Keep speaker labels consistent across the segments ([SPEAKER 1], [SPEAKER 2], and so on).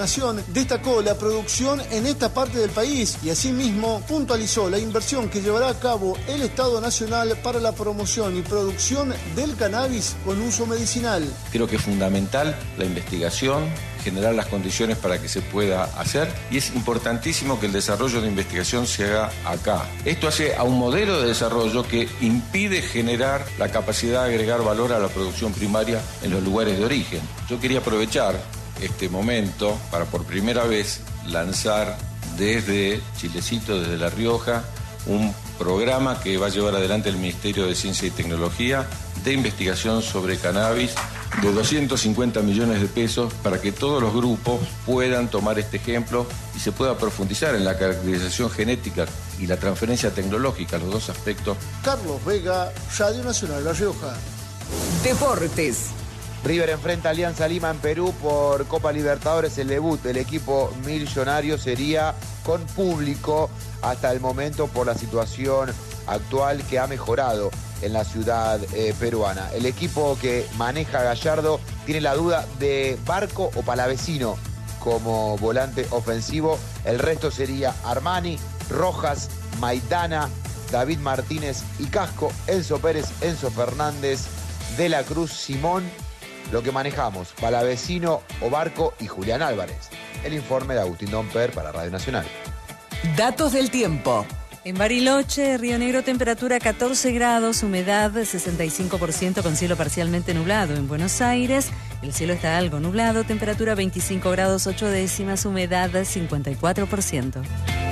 [SPEAKER 1] Nación, destacó la producción en esta parte del país y asimismo puntualizó la inversión que llevará a cabo el Estado Nacional para la promoción y producción del cannabis con uso medicinal.
[SPEAKER 2] Creo que es fundamental la investigación, generar las condiciones para que se pueda hacer, y es importantísimo que el desarrollo de investigación se haga acá. Esto hace a un modelo de desarrollo que impide generar la capacidad de agregar valor a la producción primaria en los lugares de origen. Yo quería aprovechar este momento para por primera vez lanzar desde Chilecito, desde La Rioja, un programa que va a llevar adelante el Ministerio de Ciencia y Tecnología de investigación sobre cannabis de 250 millones de pesos para que todos los grupos puedan tomar este ejemplo y se pueda profundizar en la caracterización genética y la transferencia tecnológica, los dos aspectos.
[SPEAKER 1] Carlos Vega, Radio Nacional La Rioja.
[SPEAKER 3] Deportes.
[SPEAKER 4] River enfrenta a Alianza Lima en Perú por Copa Libertadores. El debut del equipo millonario sería con público hasta el momento por la situación actual que ha mejorado en la ciudad peruana. El equipo que maneja Gallardo tiene la duda de Barco o Palavecino como volante ofensivo. El resto sería Armani, Rojas, Maidana, David Martínez y Casco, Enzo Pérez, Enzo Fernández, De la Cruz, Simón. Lo que manejamos, Palavecino o Barco y Julián Álvarez. El informe de Agustín Domper para Radio Nacional.
[SPEAKER 3] Datos del tiempo.
[SPEAKER 5] En Bariloche, Río Negro, temperatura 14 grados, humedad 65% con cielo parcialmente nublado. En Buenos Aires, el cielo está algo nublado, temperatura 25 grados 8 décimas, humedad 54%.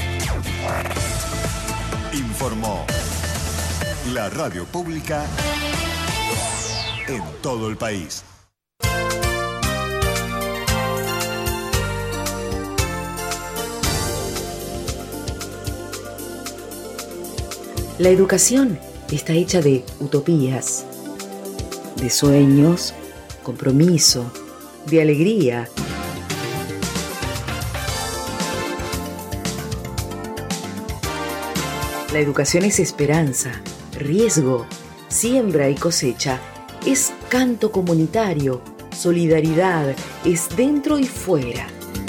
[SPEAKER 6] Informó la radio pública en todo el país.
[SPEAKER 7] La educación está hecha de utopías, de sueños, compromiso, de alegría. La educación es esperanza, riesgo, siembra y cosecha. Es canto comunitario, solidaridad, es dentro y fuera.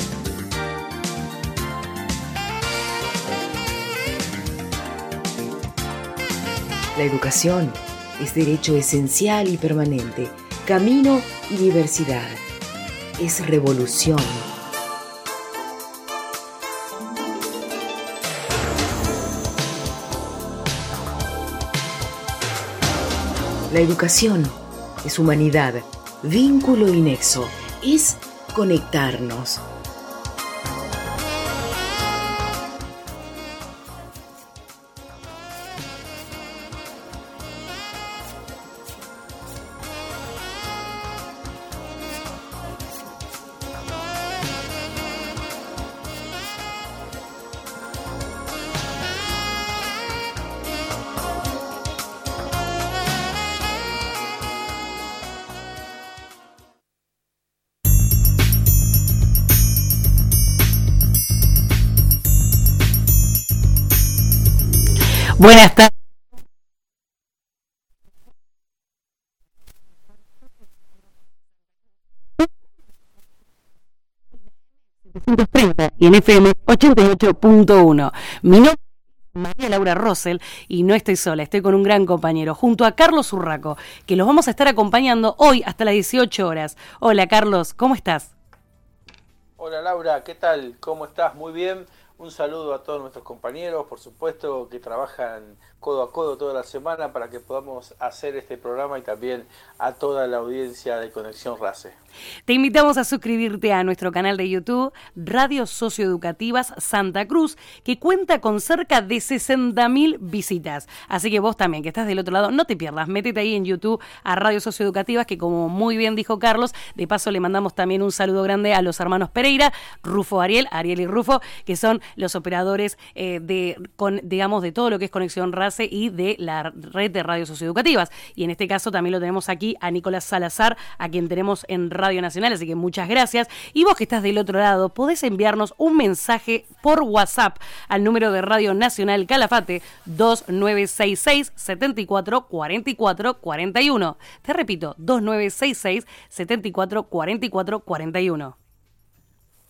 [SPEAKER 7] La educación es derecho esencial y permanente, camino y diversidad. Es revolución. La educación es humanidad, vínculo y nexo. Es conectarnos.
[SPEAKER 5] Buenas tardes. Y en FM 88.1. Mi nombre es María Laura Rosell y no estoy sola, estoy con un gran compañero, junto a Carlos Urraco, que los vamos a estar acompañando hoy hasta las 18 horas. Hola Carlos, ¿cómo estás?
[SPEAKER 8] Hola Laura, ¿qué tal? ¿Cómo estás? Muy bien. Un saludo a todos nuestros compañeros, por supuesto, que trabajan codo a codo toda la semana para que podamos hacer este programa y también a toda la audiencia de Conexión RACE.
[SPEAKER 5] Te invitamos a suscribirte a nuestro canal de YouTube, Radio Socioeducativas Santa Cruz, que cuenta con cerca de 60.000 visitas. Así que vos también, que estás del otro lado, no te pierdas, métete ahí en YouTube a Radio Socioeducativas, que como muy bien dijo Carlos, de paso le mandamos también un saludo grande a los hermanos Pereira, Rufo Ariel y Rufo, que son los operadores de todo lo que es Conexión RACE y de la red de radios socioeducativas. Y en este caso también lo tenemos aquí a Nicolás Salazar, a quien tenemos en Radio Nacional, así que muchas gracias. Y vos que estás del otro lado, podés enviarnos un mensaje por WhatsApp al número de Radio Nacional Calafate 2966 74 44 41. Te repito, 2966 74 44 41.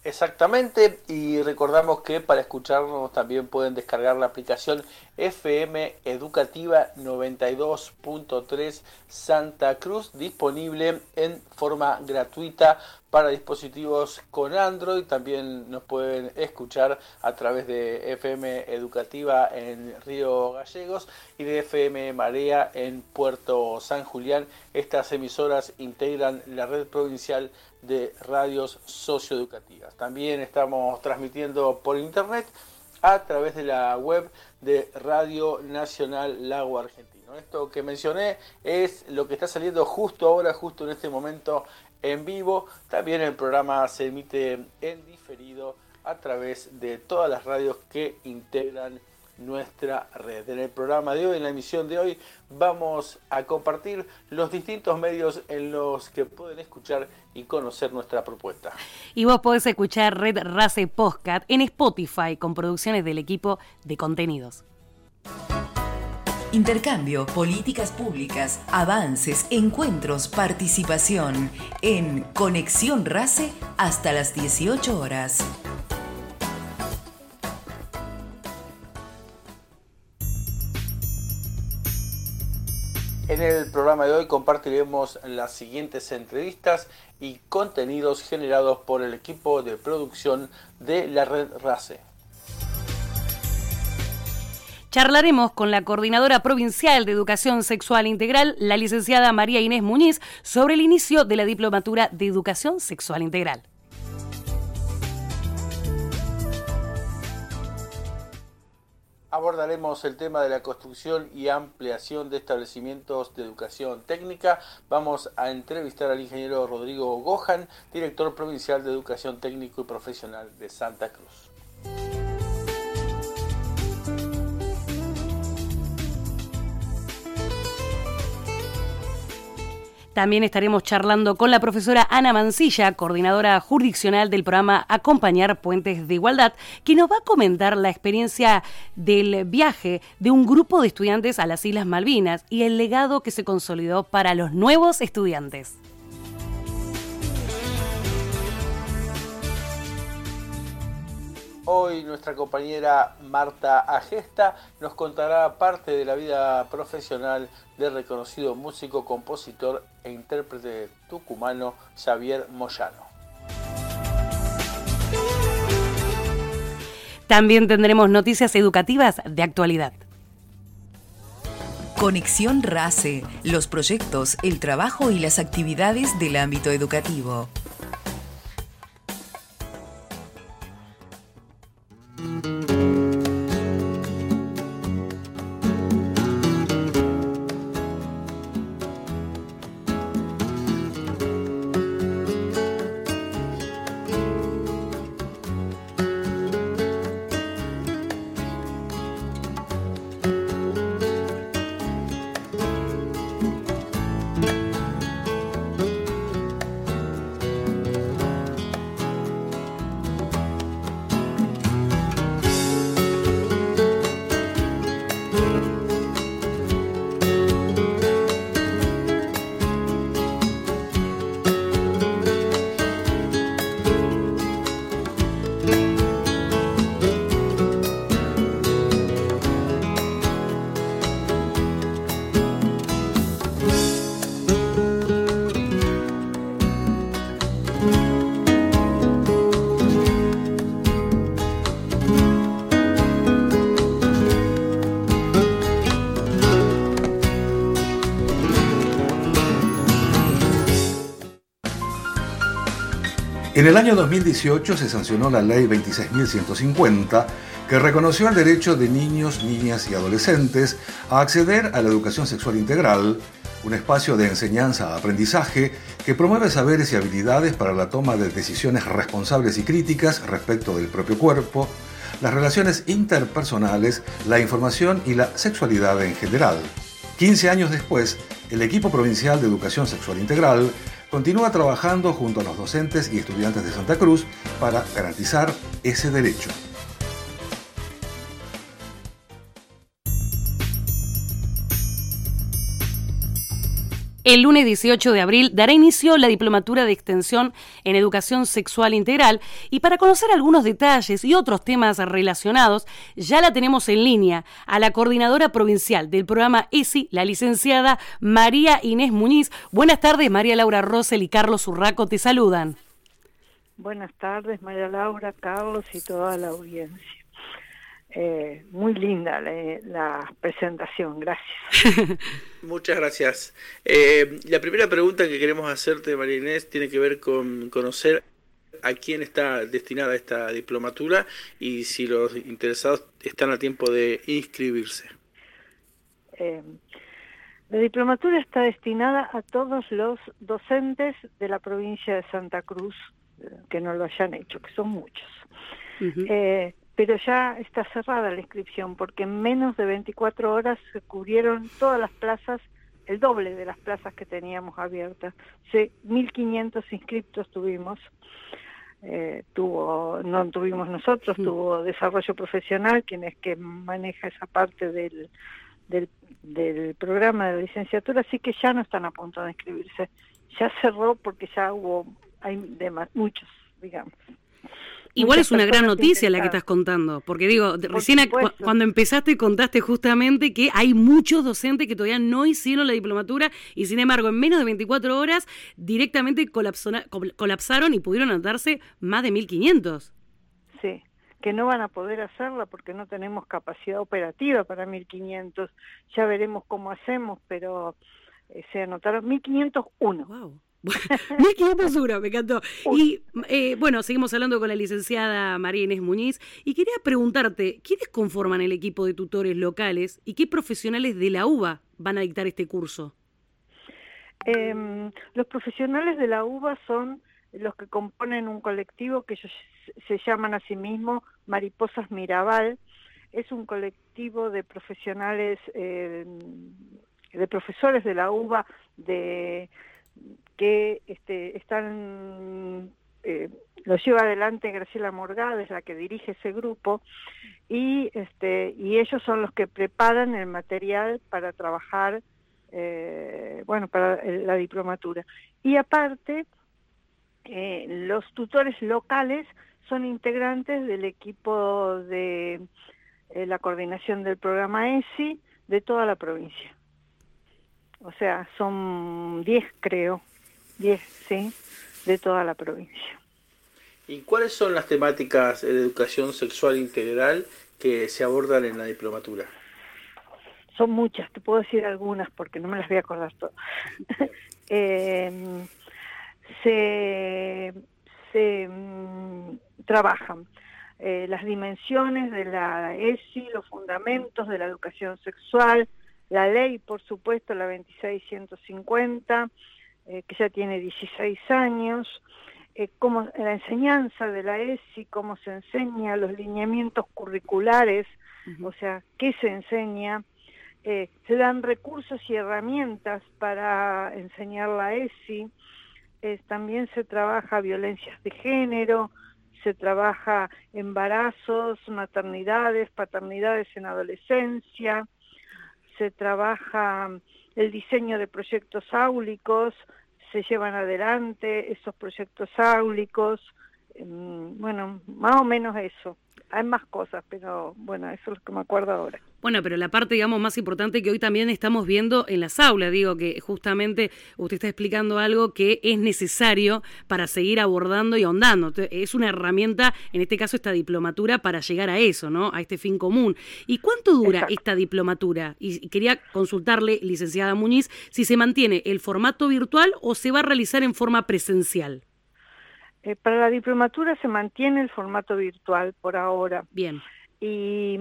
[SPEAKER 8] Exactamente, y recordamos que para escucharnos también pueden descargar la aplicación FM Educativa 92.3 Santa Cruz, disponible en forma gratuita para dispositivos con Android. También nos pueden escuchar a través de FM Educativa en Río Gallegos y de FM Marea en Puerto San Julián. Estas emisoras integran la red provincial de radios socioeducativas. También estamos transmitiendo por internet a través de la web de Radio Nacional Lago Argentino. Esto que mencioné es lo que está saliendo justo ahora, justo en este momento en vivo. También el programa se emite en diferido a través de todas las radios que integran nuestra red. En el programa de hoy, en la emisión de hoy, vamos a compartir los distintos medios en los que pueden escuchar y conocer nuestra propuesta.
[SPEAKER 5] Y vos podés escuchar Red Race Podcast en Spotify con producciones del equipo de contenidos.
[SPEAKER 3] Intercambio, políticas públicas, avances, encuentros, participación en Conexión Race hasta las 18 horas.
[SPEAKER 8] En el programa de hoy compartiremos las siguientes entrevistas y contenidos generados por el equipo de producción de la Red RACE.
[SPEAKER 5] Charlaremos con la Coordinadora Provincial de Educación Sexual Integral, la licenciada María Inés Muñiz, sobre el inicio de la Diplomatura de Educación Sexual Integral.
[SPEAKER 8] Abordaremos el tema de la construcción y ampliación de establecimientos de educación técnica. Vamos a entrevistar al ingeniero Rodrigo Gohan, director provincial de Educación Técnico y Profesional de Santa Cruz.
[SPEAKER 5] También estaremos charlando con la profesora Ana Mancilla, coordinadora jurisdiccional del programa Acompañar Puentes de Igualdad, que nos va a comentar la experiencia del viaje de un grupo de estudiantes a las Islas Malvinas y el legado que se consolidó para los nuevos estudiantes.
[SPEAKER 8] Hoy nuestra compañera Marta Agesta nos contará parte de la vida profesional del reconocido músico, compositor e intérprete tucumano Xavier Moyano.
[SPEAKER 5] También tendremos noticias educativas de actualidad.
[SPEAKER 3] Conexión RACE, los proyectos, el trabajo y las actividades del ámbito educativo.
[SPEAKER 9] En el año 2018 se sancionó la Ley 26.150, que reconoció el derecho de niños, niñas y adolescentes a acceder a la educación sexual integral, un espacio de enseñanza-aprendizaje que promueve saberes y habilidades para la toma de decisiones responsables y críticas respecto del propio cuerpo, las relaciones interpersonales, la información y la sexualidad en general. 15 años después, el equipo provincial de educación sexual integral continúa trabajando junto a los docentes y estudiantes de Santa Cruz para garantizar ese derecho.
[SPEAKER 5] El lunes 18 de abril dará inicio la Diplomatura de Extensión en Educación Sexual Integral y para conocer algunos detalles y otros temas relacionados, ya la tenemos en línea a la coordinadora provincial del programa ESI, la licenciada María Inés Muñiz. Buenas tardes, María Laura Rosel y Carlos Urraco te saludan.
[SPEAKER 10] Buenas tardes, María Laura, Carlos y toda la audiencia. Muy linda la presentación, gracias.
[SPEAKER 8] Muchas gracias. La primera pregunta que queremos hacerte, María Inés, tiene que ver con conocer a quién está destinada esta diplomatura y si los interesados están a tiempo de inscribirse.
[SPEAKER 10] La diplomatura está destinada a todos los docentes de la provincia de Santa Cruz que no lo hayan hecho, que son muchos. Uh-huh. Pero ya está cerrada la inscripción porque en menos de 24 horas se cubrieron todas las plazas, el doble de las plazas que teníamos abiertas. 1.500 inscriptos tuvimos. No tuvimos nosotros, tuvo Desarrollo Profesional, quien es que maneja esa parte del programa de la licenciatura, así que ya no están a punto de inscribirse. Ya cerró porque ya hay muchos, digamos.
[SPEAKER 5] Igual es una gran noticia la que estás contando, porque digo, recién cuando empezaste contaste justamente que hay muchos docentes que todavía no hicieron la diplomatura y sin embargo en menos de 24 horas directamente colapsaron y pudieron anotarse más de 1.500.
[SPEAKER 10] Sí, que no van a poder hacerla porque no tenemos capacidad operativa para 1.500. Ya veremos cómo hacemos, pero se anotaron 1.501.
[SPEAKER 5] Wow. 1.500 euros, me encantó. Y bueno, seguimos hablando con la licenciada María Inés Muñiz y quería preguntarte, ¿quiénes conforman el equipo de tutores locales y qué profesionales de la UBA van a dictar este curso?
[SPEAKER 10] Los profesionales de la UBA son los que componen un colectivo que ellos se llaman a sí mismos Mariposas Mirabal. Es un colectivo de profesionales, de profesores de la UBA que lo lleva adelante Graciela Morgade, es la que dirige ese grupo, y ellos son los que preparan el material para trabajar, para la diplomatura. Y aparte, los tutores locales son integrantes del equipo de la coordinación del programa ESI de toda la provincia. O sea, son 10 creo, 10, sí, de toda la provincia.
[SPEAKER 8] ¿Y cuáles son las temáticas de educación sexual integral que se abordan en la diplomatura?
[SPEAKER 10] Son muchas, te puedo decir algunas porque no me las voy a acordar todas. Se trabajan las dimensiones de la ESI, los fundamentos de la educación sexual, la ley, por supuesto, la 26150, que ya tiene 16 años, cómo la enseñanza de la ESI, cómo se enseña, los lineamientos curriculares, o sea, qué se enseña, se dan recursos y herramientas para enseñar la ESI, también se trabaja violencias de género, se trabaja embarazos, maternidades, paternidades en adolescencia, se trabaja el diseño de proyectos áulicos, se llevan adelante esos proyectos áulicos, más o menos eso. Hay más cosas, pero bueno, eso es lo que me acuerdo ahora.
[SPEAKER 5] Bueno, pero la parte, digamos, más importante que hoy también estamos viendo en las aulas, digo que justamente usted está explicando algo que es necesario para seguir abordando y ahondando. Es una herramienta, en este caso esta diplomatura, para llegar a eso, ¿no? A este fin común. ¿Y cuánto dura esta diplomatura? Y quería consultarle, licenciada Muñiz, si se mantiene el formato virtual o se va a realizar en forma presencial.
[SPEAKER 10] Para la diplomatura se mantiene el formato virtual por ahora.
[SPEAKER 5] Bien.
[SPEAKER 10] Y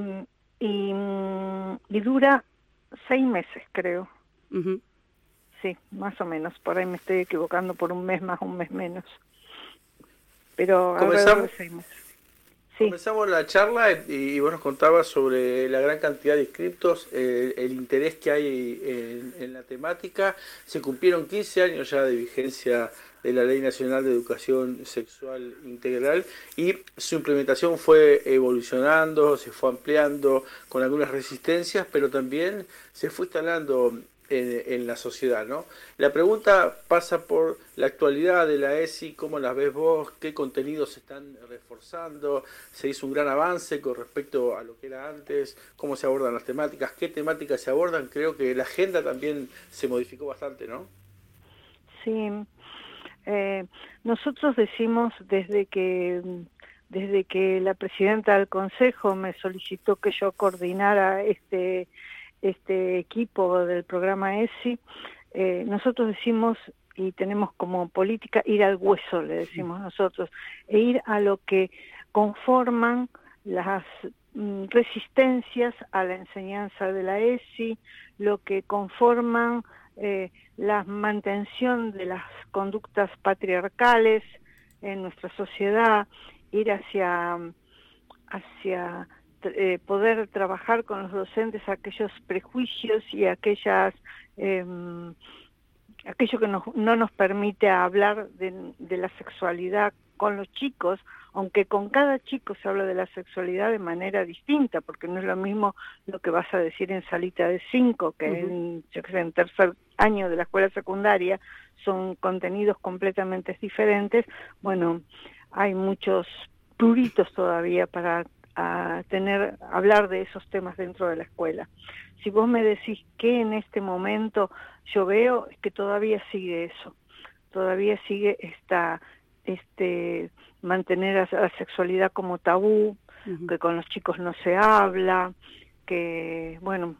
[SPEAKER 10] dura 6 meses, creo. Uh-huh. Sí, más o menos. Por ahí me estoy equivocando por un mes más, un mes menos. Pero alrededor de 6 meses. Sí.
[SPEAKER 8] Comenzamos la charla y vos nos contabas sobre la gran cantidad de inscriptos, el interés que hay en la temática. Se cumplieron 15 años ya de vigencia de la Ley Nacional de Educación Sexual Integral y su implementación fue evolucionando, se fue ampliando con algunas resistencias, pero también se fue instalando en la sociedad, ¿no? La pregunta pasa por la actualidad de la ESI, ¿cómo la ves vos? ¿Qué contenidos se están reforzando? ¿Se hizo un gran avance con respecto a lo que era antes? ¿Cómo se abordan las temáticas? ¿Qué temáticas se abordan? Creo que la agenda también se modificó bastante, ¿no?
[SPEAKER 10] Sí, nosotros decimos desde que la presidenta del Consejo me solicitó que yo coordinara este equipo del programa ESI, nosotros decimos y tenemos como política ir al hueso, le decimos nosotros, e ir a lo que conforman las resistencias a la enseñanza de la ESI, lo que conforman la mantención de las conductas patriarcales en nuestra sociedad, ir hacia poder trabajar con los docentes aquellos prejuicios y aquello que no nos permite hablar de la sexualidad con los chicos, aunque con cada chico se habla de la sexualidad de manera distinta, porque no es lo mismo lo que vas a decir en salita de 5 que en tercer año de la escuela secundaria, son contenidos completamente diferentes. Bueno, hay muchos pruritos todavía para hablar de esos temas dentro de la escuela. Si vos me decís que en este momento yo veo, es que todavía sigue eso, todavía sigue mantener a la sexualidad como tabú, que con los chicos no se habla, que bueno,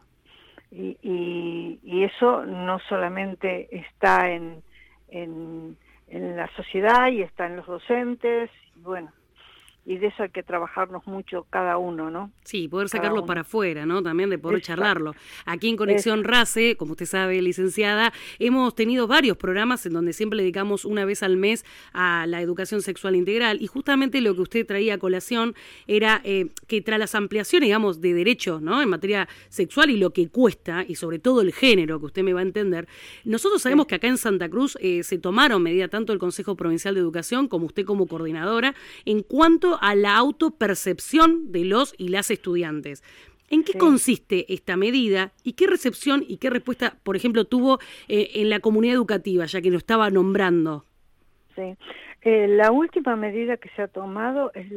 [SPEAKER 10] y eso no solamente está en la sociedad y está en los docentes, y bueno, y de eso hay que trabajarnos mucho cada uno, ¿no?
[SPEAKER 5] Sí, poder sacarlo para afuera, ¿no? También de poder charlarlo. Aquí en Conexión RACE, como usted sabe, licenciada, hemos tenido varios programas en donde siempre le dedicamos una vez al mes a la educación sexual integral, y justamente lo que usted traía a colación era que tras las ampliaciones, digamos, de derechos, ¿no?, en materia sexual y lo que cuesta, y sobre todo el género, que usted me va a entender, nosotros sabemos que acá en Santa Cruz se tomaron medidas, tanto el Consejo Provincial de Educación como usted como coordinadora, en cuanto a la autopercepción de los y las estudiantes. ¿En qué consiste esta medida y qué recepción y qué respuesta, por ejemplo, tuvo en la comunidad educativa, ya que lo estaba nombrando?
[SPEAKER 10] Sí, la última medida que se ha tomado es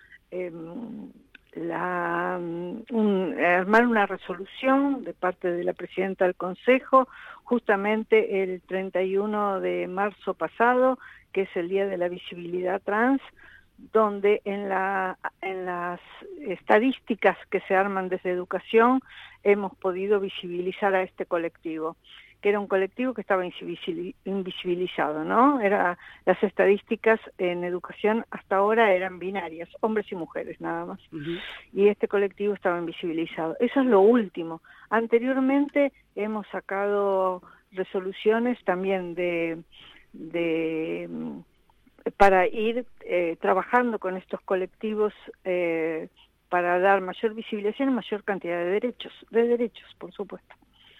[SPEAKER 10] armar una resolución de parte de la presidenta del Consejo, justamente el 31 de marzo pasado, que es el Día de la Visibilidad Trans, donde en las estadísticas que se arman desde educación hemos podido visibilizar a este colectivo, que era un colectivo que estaba invisibilizado, ¿no? Las estadísticas en educación hasta ahora eran binarias, hombres y mujeres nada más, y este colectivo estaba invisibilizado. Eso es lo último. Anteriormente hemos sacado resoluciones también para ir trabajando con estos colectivos para dar mayor visibilización y mayor cantidad de derechos, por supuesto.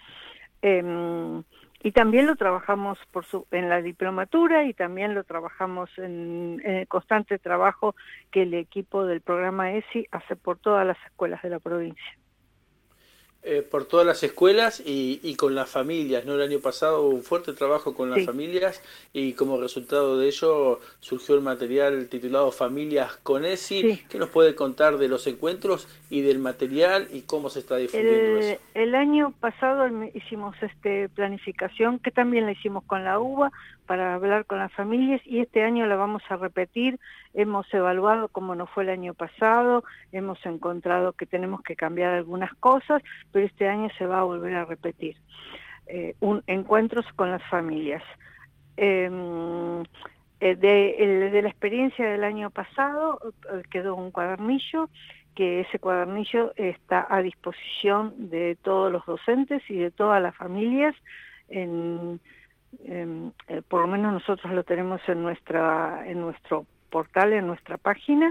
[SPEAKER 10] Y también lo trabajamos en la diplomatura y también lo trabajamos en el constante trabajo que el equipo del programa ESI hace por todas las escuelas de la provincia.
[SPEAKER 8] Por todas las escuelas y con las familias, ¿no? El año pasado hubo un fuerte trabajo con las familias y como resultado de ello surgió el material titulado Familias con ESI. Sí. ¿Qué nos puede contar de los encuentros y del material y cómo se está difundiendo eso?
[SPEAKER 10] El año pasado hicimos planificación, que también la hicimos con la UBA, para hablar con las familias, y este año la vamos a repetir. Hemos evaluado cómo nos fue el año pasado, hemos encontrado que tenemos que cambiar algunas cosas, pero este año se va a volver a repetir. Encuentros con las familias. De la experiencia del año pasado quedó un cuadernillo, que ese cuadernillo está a disposición de todos los docentes y de todas las familias. Por lo menos nosotros lo tenemos en nuestro portal, en nuestra página,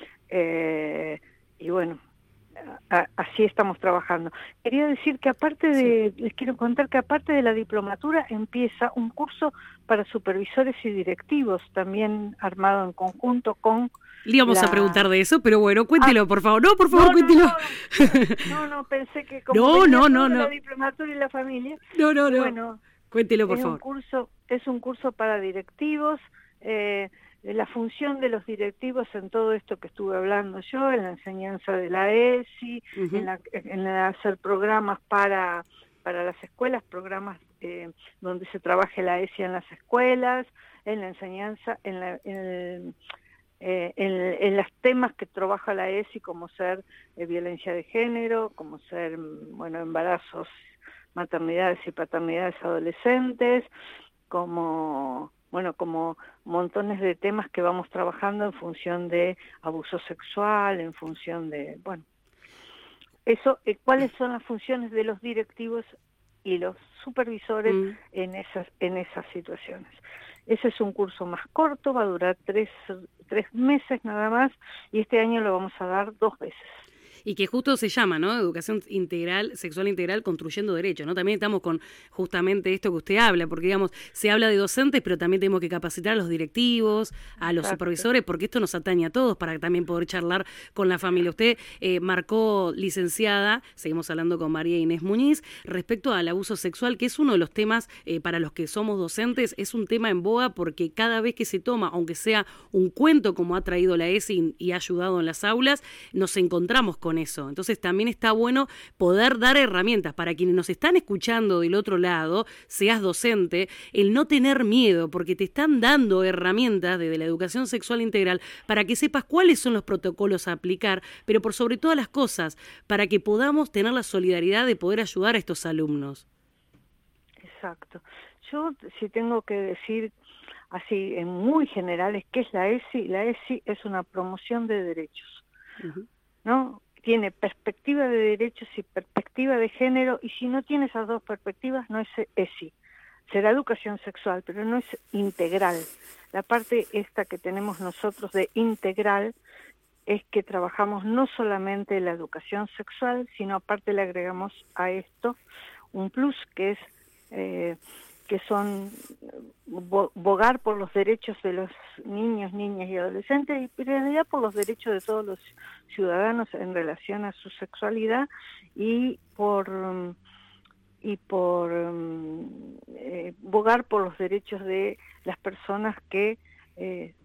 [SPEAKER 10] y bueno, así estamos trabajando. Quería decir que les quiero contar que aparte de la diplomatura empieza un curso para supervisores y directivos, también armado en conjunto con
[SPEAKER 5] Le íbamos a preguntar de eso, pero bueno, cuéntelo, por favor. No, por favor, cuéntelo.
[SPEAKER 10] No, pensé que como la diplomatura y la familia.
[SPEAKER 5] No.
[SPEAKER 10] Bueno,
[SPEAKER 5] cuéntelo, por favor.
[SPEAKER 10] Es un curso para directivos. La función de los directivos en todo esto que estuve hablando yo, en la enseñanza de la ESI, en hacer programas para las escuelas, programas donde se trabaje la ESI en las escuelas, en la enseñanza, en los temas que trabaja la ESI, como ser violencia de género, como ser embarazos, maternidades y paternidades adolescentes, como montones de temas que vamos trabajando en función de abuso sexual, en función de, eso, cuáles son las funciones de los directivos y los supervisores en esas situaciones. Ese es un curso más corto, va a durar 3 meses nada más, y este año lo vamos a dar 2 veces.
[SPEAKER 5] Y que justo se llama, ¿no? Educación integral, sexual integral, construyendo derechos, ¿no? También estamos con justamente esto que usted habla, porque, digamos, se habla de docentes, pero también tenemos que capacitar a los directivos, a los supervisores, porque esto nos atañe a todos para también poder charlar con la familia. Usted marcó, licenciada, seguimos hablando con María Inés Muñiz, respecto al abuso sexual, que es uno de los temas para los que somos docentes, es un tema en boga porque cada vez que se toma, aunque sea un cuento como ha traído la ESI y ha ayudado en las aulas, nos encontramos con eso. Entonces también está bueno poder dar herramientas para quienes nos están escuchando del otro lado, seas docente, el no tener miedo, porque te están dando herramientas desde la educación sexual integral para que sepas cuáles son los protocolos a aplicar, pero por sobre todas las cosas, para que podamos tener la solidaridad de poder ayudar a estos alumnos.
[SPEAKER 10] Exacto. Yo, si tengo que decir así en muy generales, ¿qué es la ESI? La ESI es una promoción de derechos, ¿no? Tiene perspectiva de derechos y perspectiva de género, y si no tiene esas dos perspectivas no es ESI. Será educación sexual, pero no es integral. La parte esta que tenemos nosotros de integral es que trabajamos no solamente la educación sexual, sino aparte le agregamos a esto un plus que es que son bogar por los derechos de los niños, niñas y adolescentes, y en realidad por los derechos de todos los ciudadanos en relación a su sexualidad, y por bogar por los derechos de las personas que que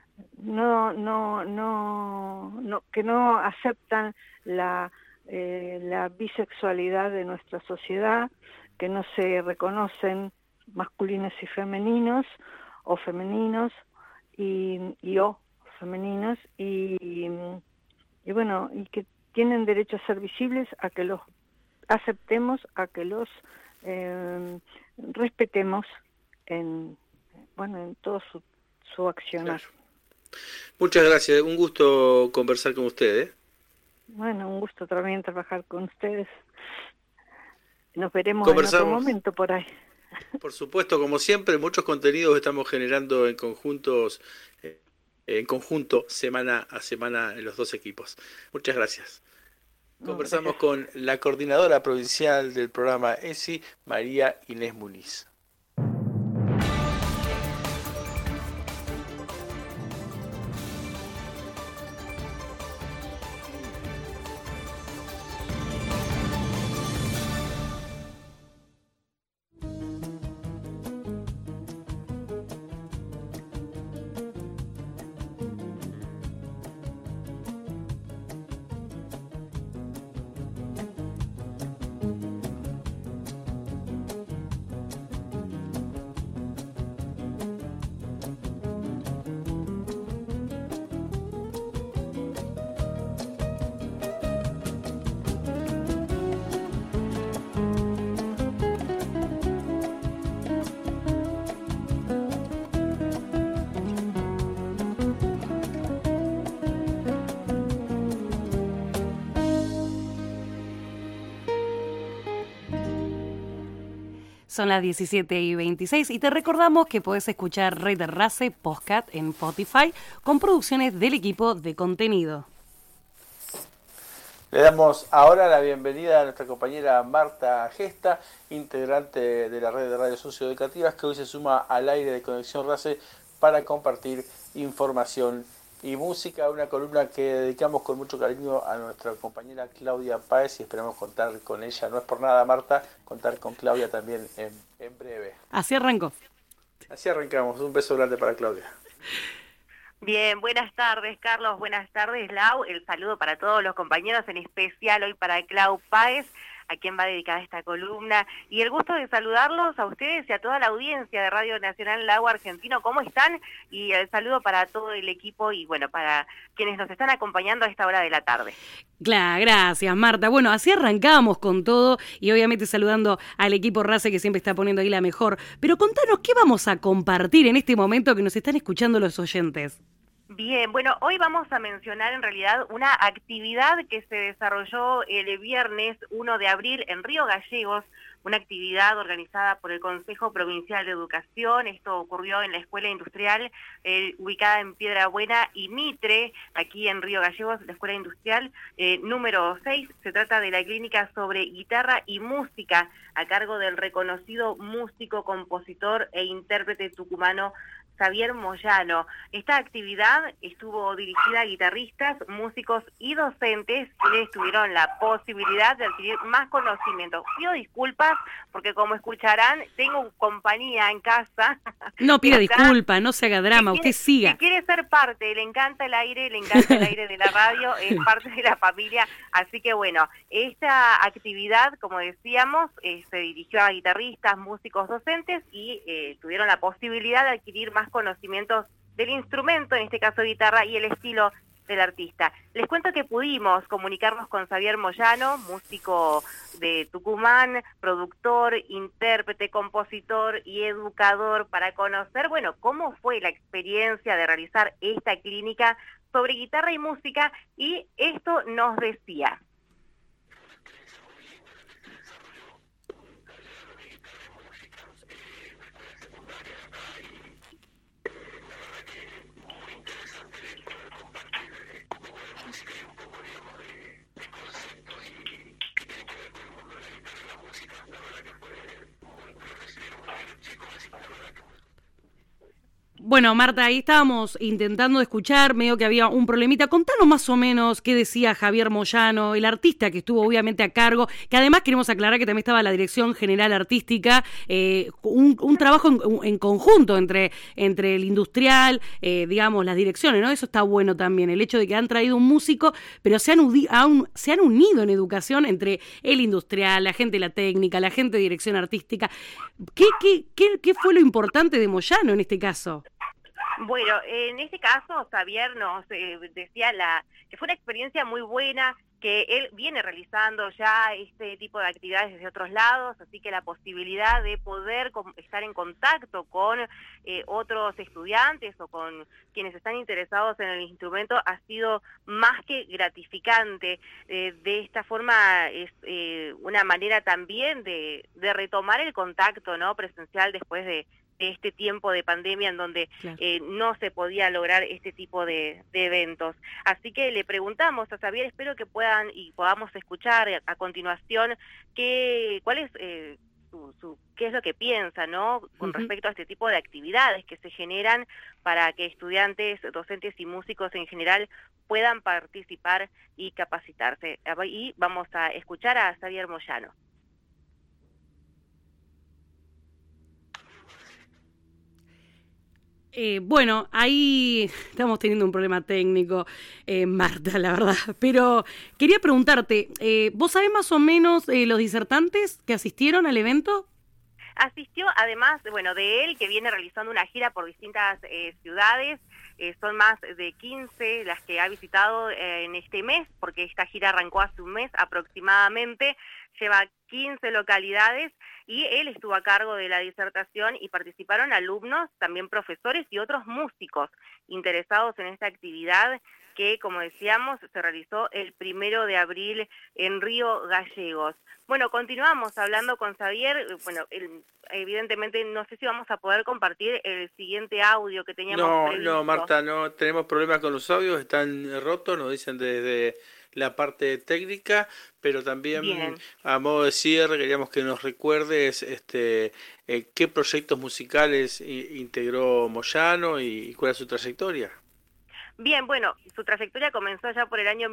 [SPEAKER 10] no aceptan la bisexualidad de nuestra sociedad, que no se reconocen masculinos y femeninos, o femeninos y femeninos, y que tienen derecho a ser visibles, a que los aceptemos, a que los respetemos en todo su accionar.
[SPEAKER 8] Claro. Muchas gracias, un gusto conversar con usted.
[SPEAKER 10] Bueno, un gusto también trabajar con ustedes. Nos veremos en otro momento por ahí.
[SPEAKER 8] Por supuesto, como siempre, muchos contenidos estamos generando en conjunto, semana a semana, en los dos equipos. Muchas gracias. Conversamos con la coordinadora provincial del programa ESI, María Inés Muñiz.
[SPEAKER 5] Son las 17:26 y te recordamos que podés escuchar Red Race Podcast en Spotify con producciones del equipo de contenido.
[SPEAKER 8] Le damos ahora la bienvenida a nuestra compañera Marta Gesta, integrante de la red de radios socioeducativas, que hoy se suma al aire de Conexión RACE para compartir información y música, una columna que dedicamos con mucho cariño a nuestra compañera Claudia Páez y esperamos contar con ella, no es por nada Marta, contar con Claudia también en breve.
[SPEAKER 5] Así arrancó.
[SPEAKER 8] Así arrancamos, un beso grande para Claudia.
[SPEAKER 11] Bien, buenas tardes Carlos, buenas tardes Lau, el saludo para todos los compañeros, en especial hoy para Clau Páez, a quien va dedicada esta columna, y el gusto de saludarlos a ustedes y a toda la audiencia de Radio Nacional Lau Argentino. ¿Cómo están? Y el saludo para todo el equipo y bueno, para quienes nos están acompañando a esta hora de la tarde.
[SPEAKER 5] Claro, gracias Marta. Bueno, así arrancamos con todo y obviamente saludando al equipo RACE que siempre está poniendo ahí la mejor. Pero contanos, ¿qué vamos a compartir en este momento que nos están escuchando los oyentes?
[SPEAKER 11] Bien, bueno, hoy vamos a mencionar en realidad una actividad que se desarrolló el viernes 1 de abril en Río Gallegos, una actividad organizada por el Consejo Provincial de Educación. Esto ocurrió en la Escuela Industrial ubicada en Piedrabuena y Mitre, aquí en Río Gallegos, la Escuela Industrial número 6. Se trata de la clínica sobre guitarra y música a cargo del reconocido músico, compositor e intérprete tucumano Xavier Moyano. Esta actividad estuvo dirigida a guitarristas, músicos y docentes quienes tuvieron la posibilidad de adquirir más conocimiento. Pido disculpas porque, como escucharán, tengo compañía en casa.
[SPEAKER 5] No pida disculpas, no se haga drama, usted siga.
[SPEAKER 11] Si quiere ser parte, le encanta el aire de la radio, es parte de la familia. Así que bueno, esta actividad, como decíamos, se dirigió a guitarristas, músicos, docentes y tuvieron la posibilidad de adquirir más conocimientos del instrumento, en este caso guitarra, y el estilo del artista. Les cuento que pudimos comunicarnos con Xavier Moyano, músico de Tucumán, productor, intérprete, compositor y educador, para conocer, bueno, cómo fue la experiencia de realizar esta clínica sobre guitarra y música, y esto nos decía.
[SPEAKER 5] Bueno, Marta, ahí estábamos intentando escuchar, medio que había un problemita. Contanos más o menos qué decía Xavier Moyano, el artista que estuvo obviamente a cargo, que además queremos aclarar que también estaba la Dirección General Artística, un trabajo en conjunto entre el industrial, digamos, las direcciones, ¿no? Eso está bueno también, el hecho de que han traído un músico, pero se han unido en educación entre el industrial, la gente de la técnica, la gente de dirección artística. ¿Qué fue lo importante de Moyano en este caso?
[SPEAKER 11] Bueno, en este caso Xavier nos decía que fue una experiencia muy buena, que él viene realizando ya este tipo de actividades desde otros lados, así que la posibilidad de poder estar en contacto con otros estudiantes o con quienes están interesados en el instrumento ha sido más que gratificante. De esta forma es una manera también de retomar el contacto, ¿no?, presencial después de este tiempo de pandemia en donde claro, no se podía lograr este tipo de eventos. Así que le preguntamos a Xavier, espero que puedan y podamos escuchar a continuación cuál es qué es lo que piensa, ¿no?, con respecto a este tipo de actividades que se generan para que estudiantes, docentes y músicos en general puedan participar y capacitarse. Y vamos a escuchar a Xavier Moyano.
[SPEAKER 5] Bueno, ahí estamos teniendo un problema técnico, Marta, la verdad. Pero quería preguntarte, ¿vos sabés más o menos los disertantes que asistieron al evento?
[SPEAKER 11] Asistió, además, bueno, de él, que viene realizando una gira por distintas ciudades. Son más de 15 las que ha visitado en este mes, porque esta gira arrancó hace un mes aproximadamente. Lleva 15 localidades y él estuvo a cargo de la disertación y participaron alumnos, también profesores y otros músicos interesados en esta actividad que, como decíamos, se realizó el 1 de abril en Río Gallegos. Bueno, continuamos hablando con Xavier. Bueno, evidentemente no sé si vamos a poder compartir el siguiente audio que teníamos previsto.
[SPEAKER 8] No, Marta, no tenemos problemas con los audios, están rotos, nos dicen desde la parte técnica, pero también bien, a modo de cierre queríamos que nos recuerdes qué proyectos musicales integró Moyano y cuál es su trayectoria.
[SPEAKER 11] Bien, bueno, su trayectoria comenzó ya por el año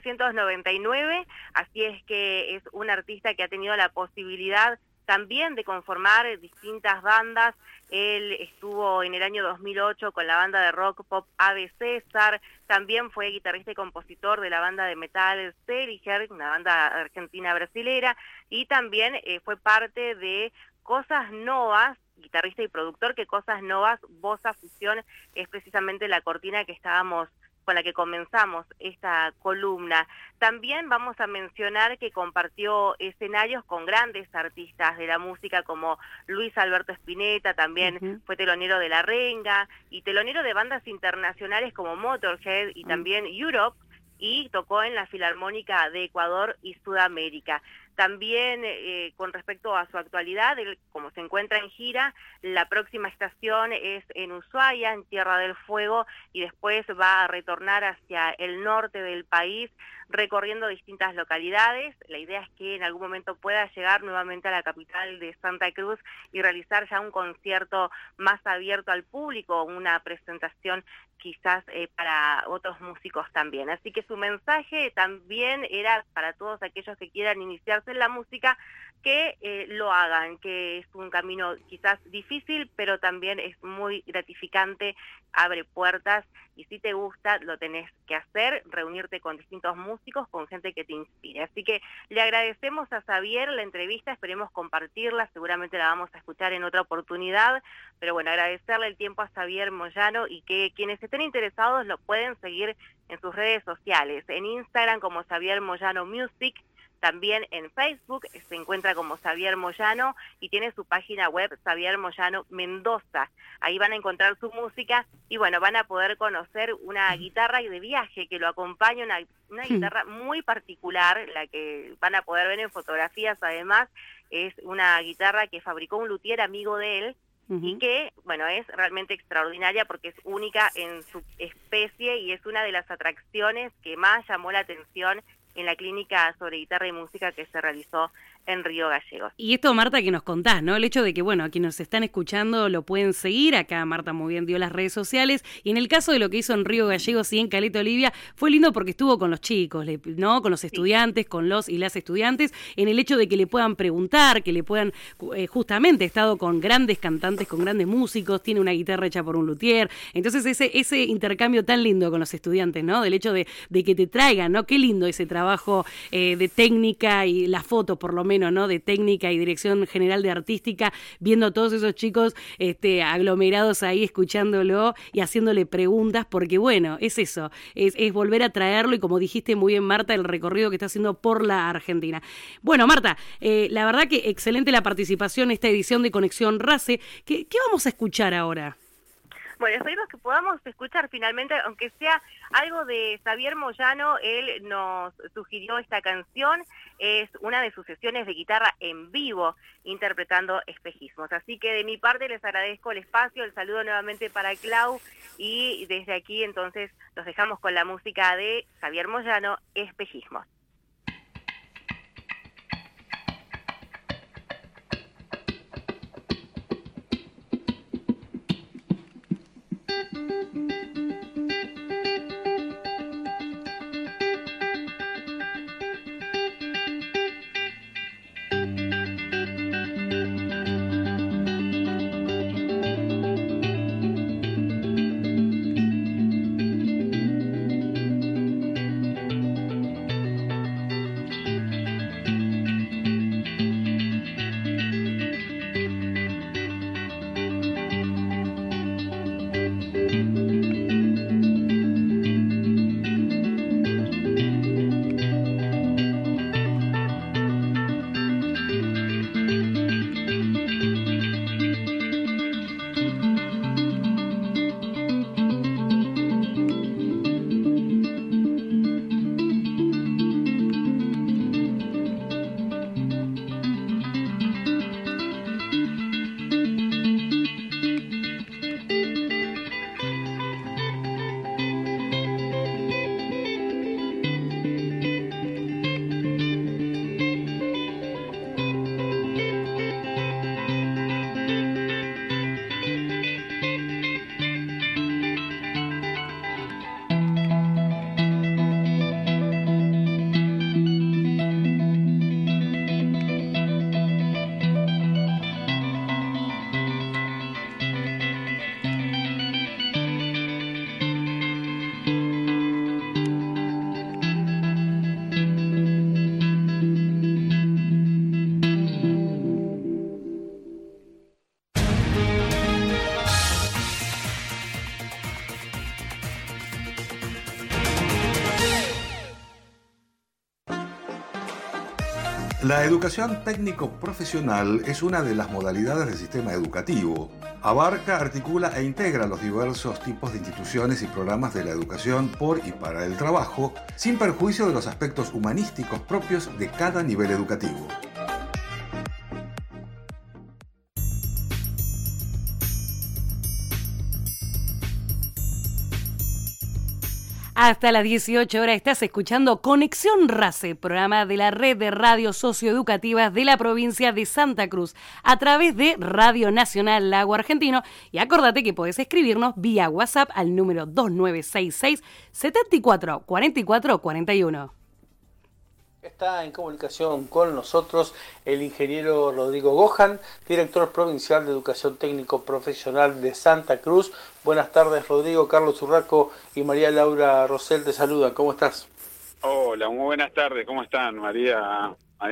[SPEAKER 11] 1999, así es que es un artista que ha tenido la posibilidad también de conformar distintas bandas. Él estuvo en el año 2008 con la banda de rock pop Ave César, también fue guitarrista y compositor de la banda de metal Seriger, una banda argentina brasilera, y también fue parte de Cosas Novas, guitarrista y productor, que Cosas Novas, Bossa Fusión, es precisamente la cortina que estábamos con la que comenzamos esta columna. También vamos a mencionar que compartió escenarios con grandes artistas de la música como Luis Alberto Spinetta, también fue telonero de La Renga y telonero de bandas internacionales como Motorhead y también Europe, y tocó en la Filarmónica de Ecuador y Sudamérica. También con respecto a su actualidad, él, como se encuentra en gira, la próxima estación es en Ushuaia, en Tierra del Fuego, y después va a retornar hacia el norte del país, recorriendo distintas localidades. La idea es que en algún momento pueda llegar nuevamente a la capital de Santa Cruz y realizar ya un concierto más abierto al público, una presentación quizás para otros músicos también. Así que su mensaje también era para todos aquellos que quieran iniciarse en la música, que lo hagan, que es un camino quizás difícil, pero también es muy gratificante, abre puertas, y si te gusta, lo tenés que hacer, reunirte con distintos músicos, con gente que te inspire. Así que le agradecemos a Xavier la entrevista, esperemos compartirla, seguramente la vamos a escuchar en otra oportunidad, pero bueno, agradecerle el tiempo a Xavier Moyano, y que quienes estén interesados lo pueden seguir en sus redes sociales, en Instagram como Xavier Moyano Music, también en Facebook se encuentra como Xavier Moyano y tiene su página web Xavier Moyano Mendoza. Ahí van a encontrar su música y bueno, van a poder conocer una guitarra de viaje que lo acompaña, una guitarra muy particular, la que van a poder ver en fotografías. Además, es una guitarra que fabricó un luthier amigo de él, y que, bueno, es realmente extraordinaria porque es única en su especie y es una de las atracciones que más llamó la atención en la clínica sobre guitarra y música que se realizó en Río Gallegos.
[SPEAKER 5] Y esto, Marta, que nos contás, ¿no? El hecho de que, bueno, a quienes nos están escuchando lo pueden seguir. Acá Marta muy bien dio las redes sociales. Y en el caso de lo que hizo en Río Gallegos y en Caleta Olivia, fue lindo porque estuvo con los chicos, ¿no? Con los estudiantes, con los y las estudiantes, en el hecho de que le puedan preguntar, que le puedan, justamente, ha estado con grandes cantantes, con grandes músicos, tiene una guitarra hecha por un luthier. Entonces ese intercambio tan lindo con los estudiantes, ¿no? Del hecho de que te traigan, ¿no? Qué lindo ese trabajo de técnica y la foto, por lo menos, ¿no? De técnica y dirección general de artística, viendo a todos esos chicos aglomerados ahí, escuchándolo y haciéndole preguntas, porque bueno, es eso, es volver a traerlo, y como dijiste muy bien, Marta, el recorrido que está haciendo por la Argentina. Bueno, Marta, la verdad que excelente la participación en esta edición de Conexión RACE. ¿Qué vamos a escuchar ahora?
[SPEAKER 11] Bueno, esperemos que podamos escuchar finalmente, aunque sea algo de Xavier Moyano. Él nos sugirió esta canción, es una de sus sesiones de guitarra en vivo, interpretando Espejismos. Así que de mi parte les agradezco el espacio, el saludo nuevamente para Clau, y desde aquí entonces los dejamos con la música de Xavier Moyano, Espejismos.
[SPEAKER 9] La educación técnico-profesional es una de las modalidades del sistema educativo. Abarca, articula e integra los diversos tipos de instituciones y programas de la educación por y para el trabajo, sin perjuicio de los aspectos humanísticos propios de cada nivel educativo.
[SPEAKER 5] Hasta las 18 horas estás escuchando Conexión RACE, programa de la red de radios socioeducativas de la provincia de Santa Cruz, a través de Radio Nacional Lago Argentino. Y acordate que podés escribirnos vía WhatsApp al número 2966 74 44 41.
[SPEAKER 8] Está en comunicación con nosotros el ingeniero Rodrigo Gohan, director provincial de Educación Técnico Profesional de Santa Cruz. Buenas tardes, Rodrigo. Carlos Urraco y María Laura Rosell te saludan. ¿Cómo estás?
[SPEAKER 12] Hola, muy buenas tardes. ¿Cómo están, María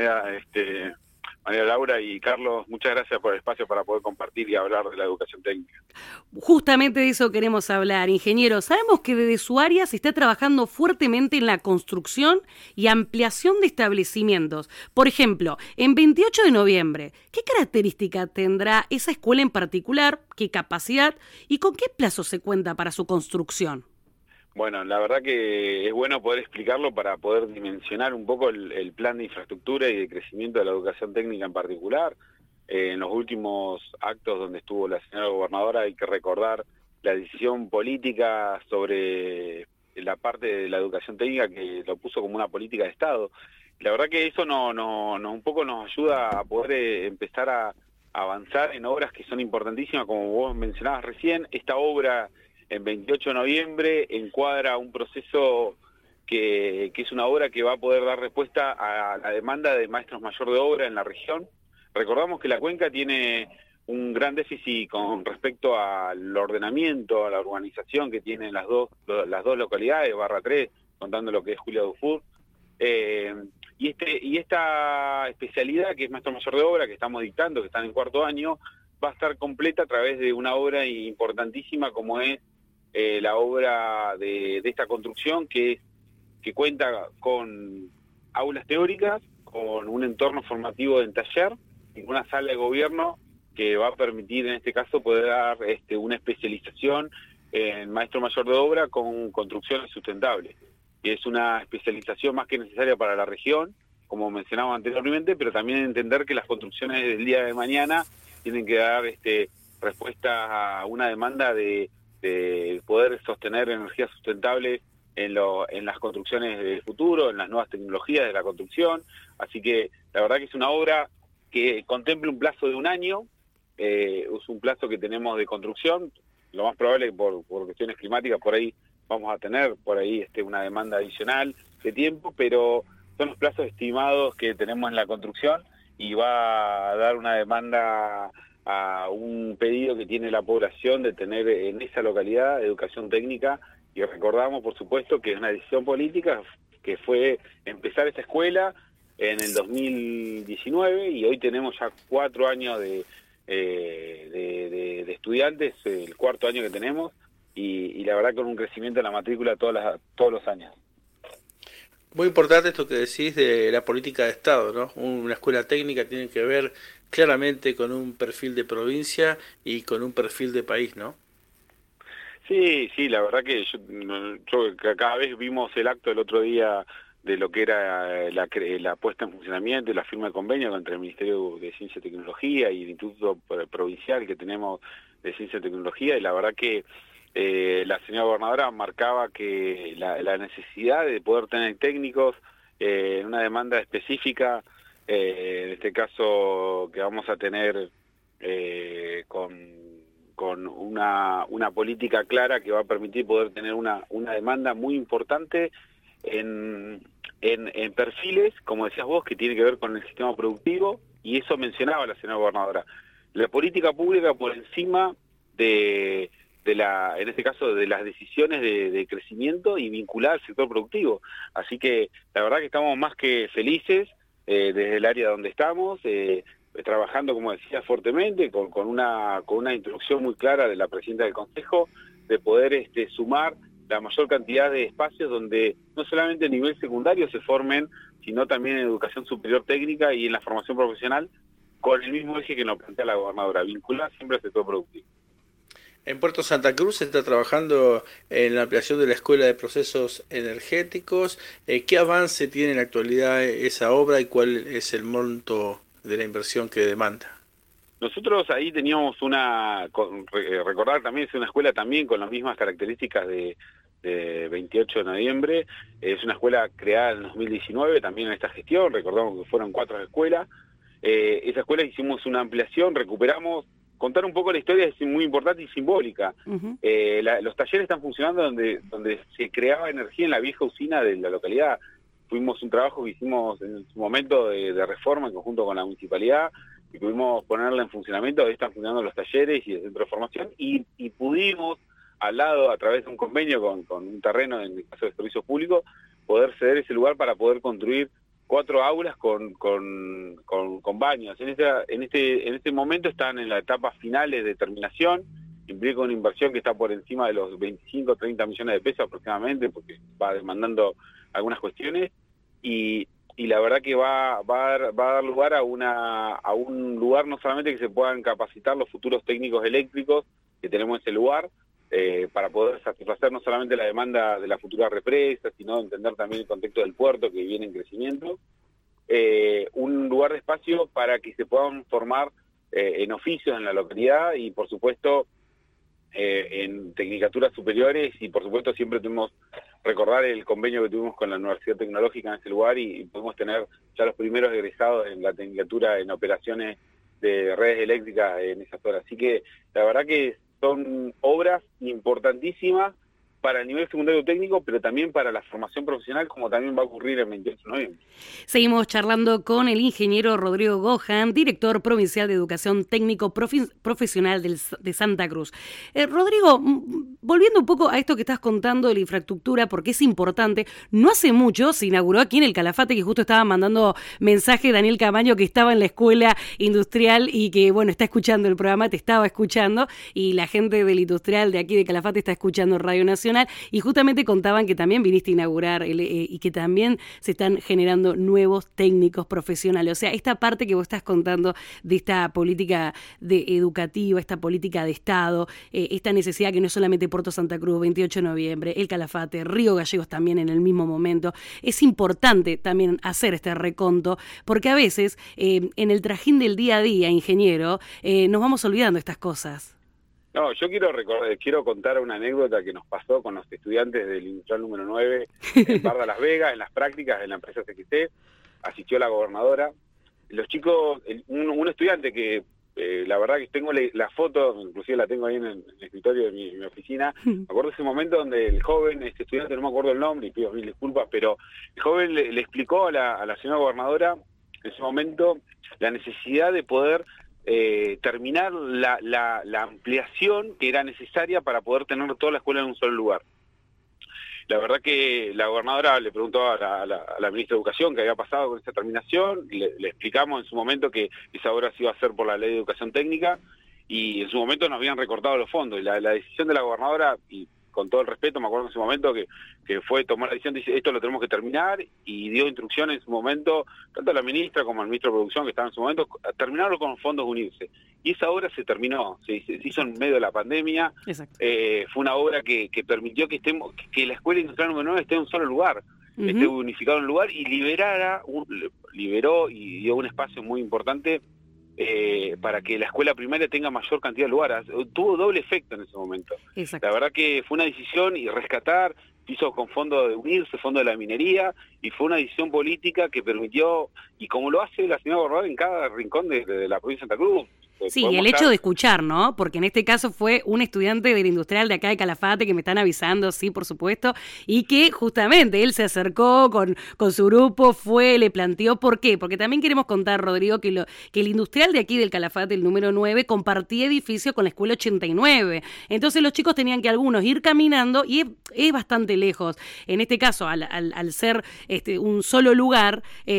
[SPEAKER 12] Laura y Carlos? Muchas gracias por el espacio para poder compartir y hablar de la educación técnica.
[SPEAKER 5] Justamente de eso queremos hablar, ingeniero. Sabemos que desde su área se está trabajando fuertemente en la construcción y ampliación de establecimientos. Por ejemplo, en 28 de noviembre, ¿qué característica tendrá esa escuela en particular? ¿Qué capacidad? ¿Y con qué plazo se cuenta para su construcción?
[SPEAKER 12] Bueno, la verdad que es bueno poder explicarlo para poder dimensionar un poco el plan de infraestructura y de crecimiento de la educación técnica en particular. En los últimos actos donde estuvo la señora gobernadora hay que recordar la decisión política sobre la parte de la educación técnica que lo puso como una política de Estado. La verdad que eso un poco nos ayuda a poder empezar a avanzar en obras que son importantísimas, como vos mencionabas recién. Esta obra en 28 de noviembre encuadra un proceso que es una obra que va a poder dar respuesta a la demanda de maestros mayor de obra en la región. Recordamos que la cuenca tiene un gran déficit con respecto al ordenamiento, a la urbanización que tienen las dos localidades, /3, contando lo que es Julia Dufour. Y esta especialidad, que es maestro mayor de obra, que estamos dictando, que están en cuarto año, va a estar completa a través de una obra importantísima como es la obra de esta construcción que cuenta con aulas teóricas, con un entorno formativo en taller y una sala de gobierno que va a permitir en este caso poder dar una especialización en maestro mayor de obra con construcciones sustentables. Y es una especialización más que necesaria para la región, como mencionaba anteriormente, pero también entender que las construcciones del día de mañana tienen que dar respuesta a una demanda de poder sostener energías sustentables en las construcciones del futuro, en las nuevas tecnologías de la construcción. Así que la verdad que es una obra que contempla un plazo de 1 año, es un plazo que tenemos de construcción. Lo más probable por cuestiones climáticas por ahí vamos a tener una demanda adicional de tiempo, pero son los plazos estimados que tenemos en la construcción y va a dar una demanda a un pedido que tiene la población de tener en esa localidad educación técnica. Y recordamos, por supuesto, que es una decisión política que fue empezar esta escuela en el 2019 y hoy tenemos ya 4 años de estudiantes, el 4.º año que tenemos, y la verdad con un crecimiento en la matrícula todos los años.
[SPEAKER 8] Muy importante esto que decís de la política de Estado, ¿no? Una escuela técnica tiene que ver claramente con un perfil de provincia y con un perfil de país, ¿no?
[SPEAKER 12] Sí, la verdad que yo cada vez vimos el acto el otro día de lo que era la puesta en funcionamiento y la firma de convenio entre el Ministerio de Ciencia y Tecnología y el Instituto Provincial que tenemos de Ciencia y Tecnología, y la verdad que la señora gobernadora marcaba que la necesidad de poder tener técnicos en una demanda específica, en este caso que vamos a tener con una política clara que va a permitir poder tener una demanda muy importante en perfiles, como decías vos, que tiene que ver con el sistema productivo, y eso mencionaba la señora gobernadora. La política pública por encima en este caso, de las decisiones de crecimiento y vincular al sector productivo. Así que la verdad que estamos más que felices desde el área donde estamos, trabajando, como decía, fuertemente, con una instrucción muy clara de la presidenta del Consejo, de poder sumar la mayor cantidad de espacios donde no solamente a nivel secundario se formen, sino también en educación superior técnica y en la formación profesional, con el mismo eje que nos plantea la gobernadora, vincular siempre al sector productivo.
[SPEAKER 8] En Puerto Santa Cruz se está trabajando en la ampliación de la Escuela de Procesos Energéticos. ¿Qué avance tiene en la actualidad esa obra y cuál es el monto de la inversión que demanda?
[SPEAKER 12] Nosotros ahí teníamos recordar también, es una escuela también con las mismas características de 28 de noviembre. Es una escuela creada en 2019, también en esta gestión, recordamos que fueron 4 escuelas. Esa escuela hicimos una ampliación, recuperamos. Contar un poco la historia es muy importante y simbólica.
[SPEAKER 5] Uh-huh.
[SPEAKER 12] Los talleres están funcionando donde se creaba energía en la vieja usina de la localidad. Fuimos un trabajo que hicimos en su momento de reforma en conjunto con la municipalidad y pudimos ponerla en funcionamiento. Ahí están funcionando los talleres y el centro de formación y pudimos, al lado, a través de un convenio con un terreno en el caso de servicios públicos, poder ceder ese lugar para poder construir 4 aulas con baños. En este momento están en la etapa finales de terminación, implica una inversión que está por encima de los 25 30 millones de pesos aproximadamente, porque va demandando algunas cuestiones, y la verdad que va a dar lugar a un lugar no solamente que se puedan capacitar los futuros técnicos eléctricos que tenemos en ese lugar, para poder satisfacer no solamente la demanda de la futura represa, sino entender también el contexto del puerto que viene en crecimiento, un lugar de espacio para que se puedan formar en oficios en la localidad y por supuesto en tecnicaturas superiores, y por supuesto siempre tuvimos recordar el convenio que tuvimos con la Universidad Tecnológica en ese lugar y pudimos tener ya los primeros egresados en la tecnicatura en operaciones de redes eléctricas en esa zona. Así que la verdad que son obras importantísimas para el nivel secundario técnico, pero también para la formación profesional, como también va a ocurrir el 28 de noviembre.
[SPEAKER 5] Seguimos charlando con el ingeniero Rodrigo Gohan, director provincial de Educación Técnico Profesional de Santa Cruz. Rodrigo, volviendo un poco a esto que estás contando de la infraestructura, porque es importante, no hace mucho se inauguró aquí en el Calafate, que justo estaba mandando mensaje Daniel Camaño, que estaba en la escuela industrial y que, bueno, está escuchando el programa, te estaba escuchando, y la gente del industrial de aquí de Calafate está escuchando Radio Nacional. Y justamente contaban que también viniste a inaugurar y que también se están generando nuevos técnicos profesionales. O sea, esta parte que vos estás contando de esta política educativa, esta política de Estado, esta necesidad que no es solamente Puerto Santa Cruz, 28 de noviembre, el Calafate, Río Gallegos también en el mismo momento. Es importante también hacer este reconto, porque a veces en el trajín del día a día, ingeniero, nos vamos olvidando estas cosas.
[SPEAKER 12] No, yo quiero contar una anécdota que nos pasó con los estudiantes del Industrial número 9 en Barda Las Vegas, en las prácticas en la empresa CXT. Asistió la gobernadora. Los chicos, un estudiante que la verdad que tengo la foto, inclusive la tengo ahí en el escritorio de mi oficina. Me acuerdo de ese momento donde el joven, este estudiante, no me acuerdo el nombre y pido mil disculpas, pero el joven le explicó a la señora gobernadora en ese momento la necesidad de poder terminar la ampliación que era necesaria para poder tener toda la escuela en un solo lugar. La verdad que la gobernadora le preguntó a la ministra de Educación qué había pasado con esta terminación, le explicamos en su momento que esa obra se iba a hacer por la Ley de Educación Técnica y en su momento nos habían recortado los fondos, y la decisión de la gobernadora, y con todo el respeto, me acuerdo en ese momento que fue tomar la decisión, dice, esto lo tenemos que terminar, y dio instrucciones en su momento, tanto a la ministra como al ministro de Producción, que estaba en su momento, a terminarlo con los fondos unirse. Y esa obra se terminó, se hizo en medio de la pandemia. Fue una obra que permitió que la Escuela Industrial número 9 esté en un solo lugar, esté unificado en un lugar, y liberó y dio un espacio muy importante para que la escuela primaria tenga mayor cantidad de lugares. Tuvo doble efecto en ese momento. La verdad que fue una decisión y rescatar, hizo con fondo de unirse, fondo de la minería, y fue una decisión política que permitió, y como lo hace la señora gobernadora en cada rincón de la provincia de Santa Cruz.
[SPEAKER 5] Sí, el hecho de escuchar, ¿no? Porque en este caso fue un estudiante del industrial de acá de Calafate, que me están avisando, sí, por supuesto, y que justamente él se acercó con su grupo, le planteó por qué. Porque también queremos contar, Rodrigo, que el industrial de aquí del Calafate, el número 9, compartía edificio con la escuela 89. Entonces los chicos tenían que algunos ir caminando, y es bastante lejos. En este caso, al ser un solo lugar,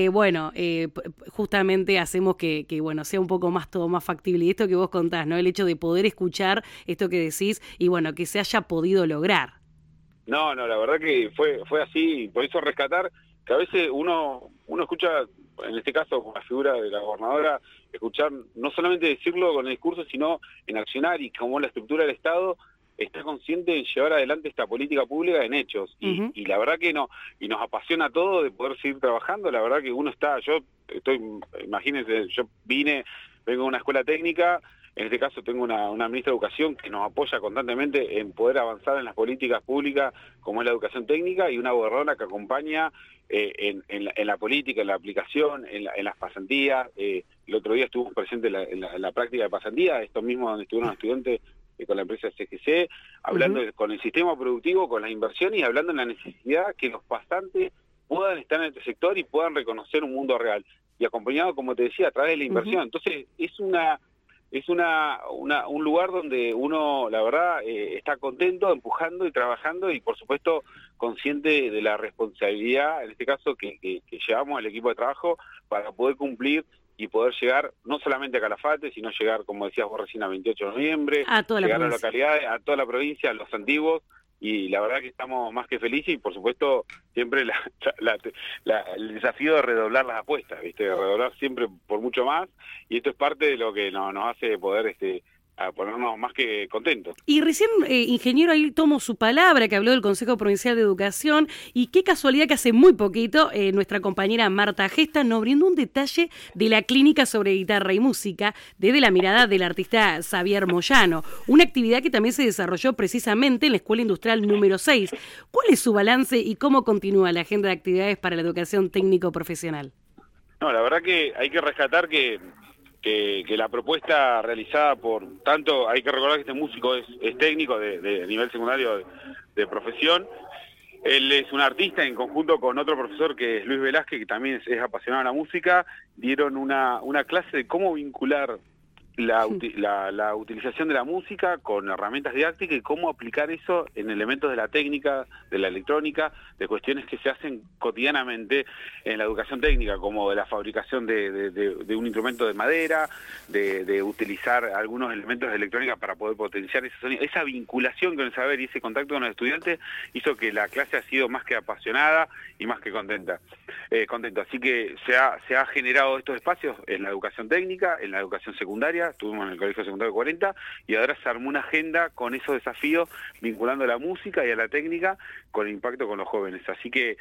[SPEAKER 5] justamente hacemos que sea un poco más todo más factible. Y esto que vos contás, ¿no? El hecho de poder escuchar esto que decís y, bueno, que se haya podido lograr.
[SPEAKER 12] No, la verdad que fue así, por eso rescatar que a veces uno escucha, en este caso con la figura de la gobernadora, escuchar no solamente decirlo con el discurso, sino en accionar, y como la estructura del Estado está consciente de llevar adelante esta política pública en hechos, y la verdad que no, y nos apasiona todo de poder seguir trabajando. La verdad que uno está, imagínense, yo vengo de una escuela técnica. En este caso tengo una ministra de Educación que nos apoya constantemente en poder avanzar en las políticas públicas como es la educación técnica, y una gobernadora que acompaña en la política, en la aplicación, en las pasantías. El otro día estuvimos presentes en la práctica de pasantía, esto mismo donde estuvieron los estudiantes con la empresa CGC, hablando con el sistema productivo, con las inversiones, y hablando en la necesidad que los pasantes puedan estar en este sector y puedan reconocer un mundo real. Y acompañado, como te decía, a través de la inversión. Entonces es un lugar donde uno, la verdad, está contento, empujando y trabajando, y por supuesto consciente de la responsabilidad, en este caso, que llevamos al equipo de trabajo para poder cumplir y poder llegar no solamente a Calafate, sino llegar, como decías vos recién, a 28 de noviembre, llegar a la localidad, a toda la provincia, a los antiguos, y la verdad que estamos más que felices, y por supuesto siempre el desafío de redoblar las apuestas, ¿viste? De redoblar siempre por mucho más, y esto es parte de lo que nos hace poder a ponernos más que contentos.
[SPEAKER 5] Y recién, ingeniero, ahí tomo su palabra, que habló del Consejo Provincial de Educación, y qué casualidad que hace muy poquito nuestra compañera Marta Gesta nos brindó un detalle de la clínica sobre guitarra y música desde la mirada del artista Xavier Moyano, una actividad que también se desarrolló precisamente en la Escuela Industrial número 6. ¿Cuál es su balance y cómo continúa la agenda de actividades para la educación técnico-profesional?
[SPEAKER 12] No, la verdad que hay que rescatar que la propuesta realizada tanto, hay que recordar que este músico es técnico de nivel secundario de profesión. Él es un artista, en conjunto con otro profesor que es Luis Velázquez, que también es apasionado de la música. Dieron una clase de cómo vincular la utilización de la música con herramientas didácticas y cómo aplicar eso en elementos de la técnica, de la electrónica, de cuestiones que se hacen cotidianamente en la educación técnica, como de la fabricación de un instrumento de madera, de utilizar algunos elementos de electrónica para poder potenciar ese sonido. Esa vinculación con el saber y ese contacto con los estudiantes hizo que la clase ha sido más que apasionada y más que contento. Así que se ha generado estos espacios en la educación técnica, en la educación secundaria. Estuvimos en el Colegio Secundario 40, y ahora se armó una agenda con esos desafíos, vinculando a la música y a la técnica con el impacto con los jóvenes. Así que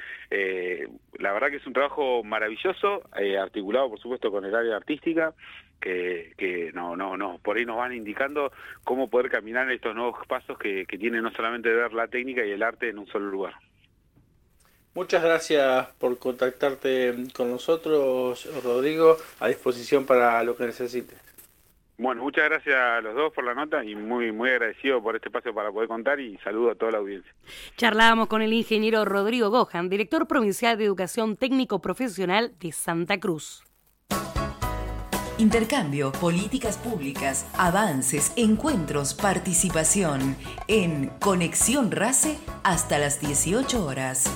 [SPEAKER 12] la verdad que es un trabajo maravilloso, articulado por supuesto con el área artística, que por ahí nos van indicando cómo poder caminar en estos nuevos pasos que tienen no solamente ver la técnica y el arte en un solo lugar.
[SPEAKER 8] Muchas gracias por contactarte con nosotros, Rodrigo, a disposición para lo que necesites.
[SPEAKER 12] Bueno, muchas gracias a los dos por la nota, y muy agradecido por este espacio para poder contar, y saludo a toda la audiencia.
[SPEAKER 5] Charlábamos con el ingeniero Rodrigo Gohan, director provincial de Educación Técnico Profesional de Santa Cruz.
[SPEAKER 3] Intercambio, políticas públicas, avances, encuentros, participación en Conexión RACE hasta las 18 horas.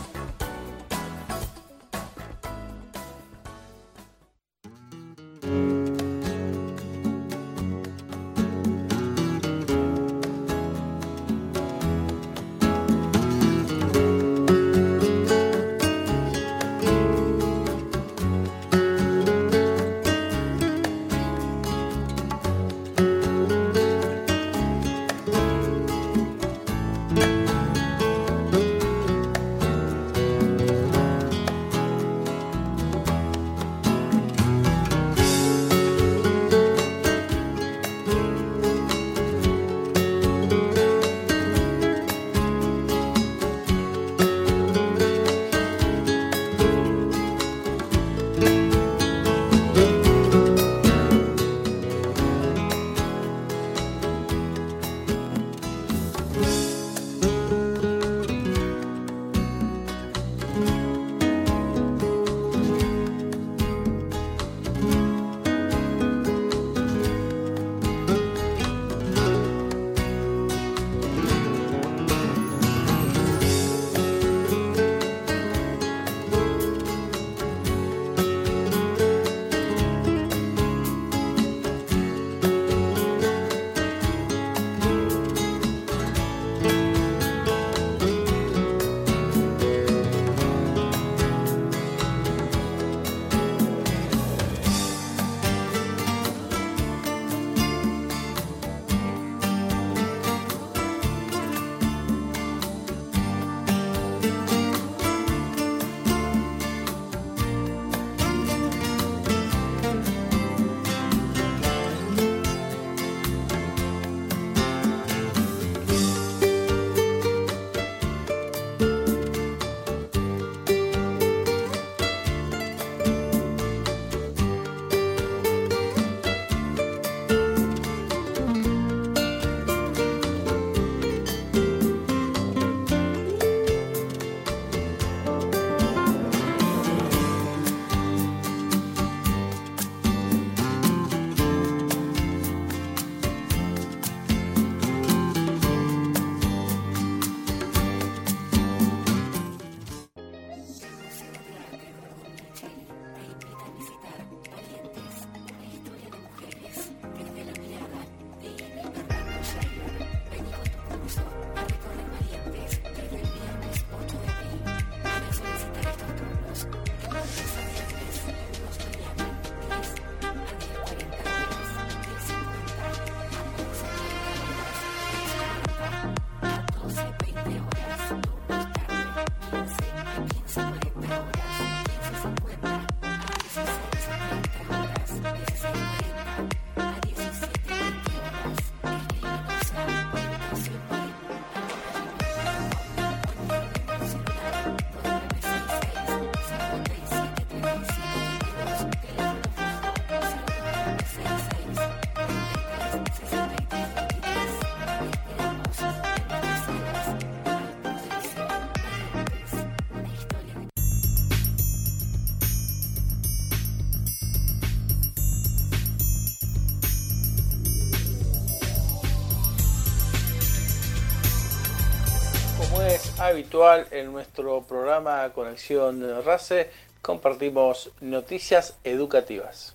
[SPEAKER 8] habitual en nuestro programa Conexión RACE, compartimos noticias educativas.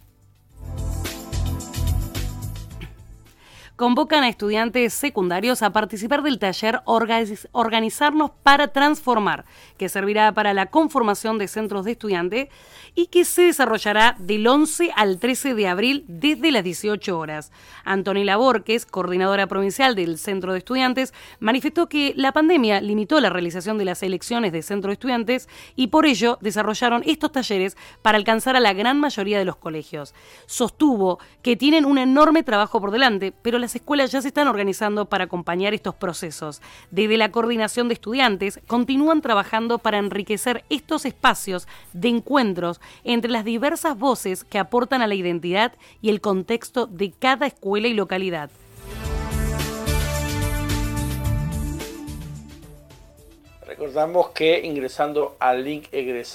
[SPEAKER 5] Convocan a estudiantes secundarios a participar del taller Organizarnos para Transformar, que servirá para la conformación de centros de estudiantes y que se desarrollará del 11 al 13 de abril desde las 18 horas. Antonella Borges, coordinadora provincial del Centro de Estudiantes, manifestó que la pandemia limitó la realización de las elecciones de centro de estudiantes y por ello desarrollaron estos talleres para alcanzar a la gran mayoría de los colegios. Sostuvo que tienen un enorme trabajo por delante, pero las escuelas ya se están organizando para acompañar estos procesos. Desde la coordinación de estudiantes continúan trabajando para enriquecer estos espacios de encuentros entre las diversas voces que aportan a la identidad y el contexto de cada escuela y localidad.
[SPEAKER 8] Recordamos que ingresando al link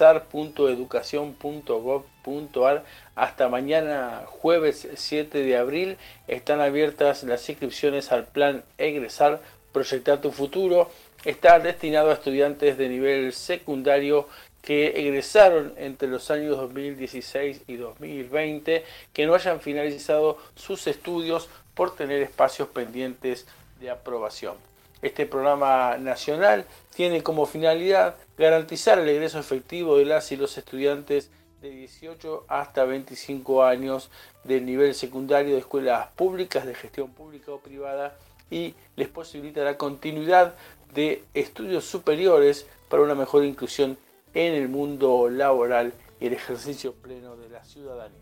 [SPEAKER 8] egresar.educacion.gov.ar hasta mañana jueves 7 de abril están abiertas las inscripciones al plan Egresar, Proyectar tu Futuro. Está destinado a estudiantes de nivel secundario que egresaron entre los años 2016 y 2020, que no hayan finalizado sus estudios por tener espacios pendientes de aprobación. Este programa nacional tiene como finalidad garantizar el egreso efectivo de las y los estudiantes de 18 hasta 25 años del nivel secundario de escuelas públicas de gestión pública o privada y les posibilita la continuidad de estudios superiores para una mejor inclusión en el mundo laboral y el ejercicio pleno de la ciudadanía.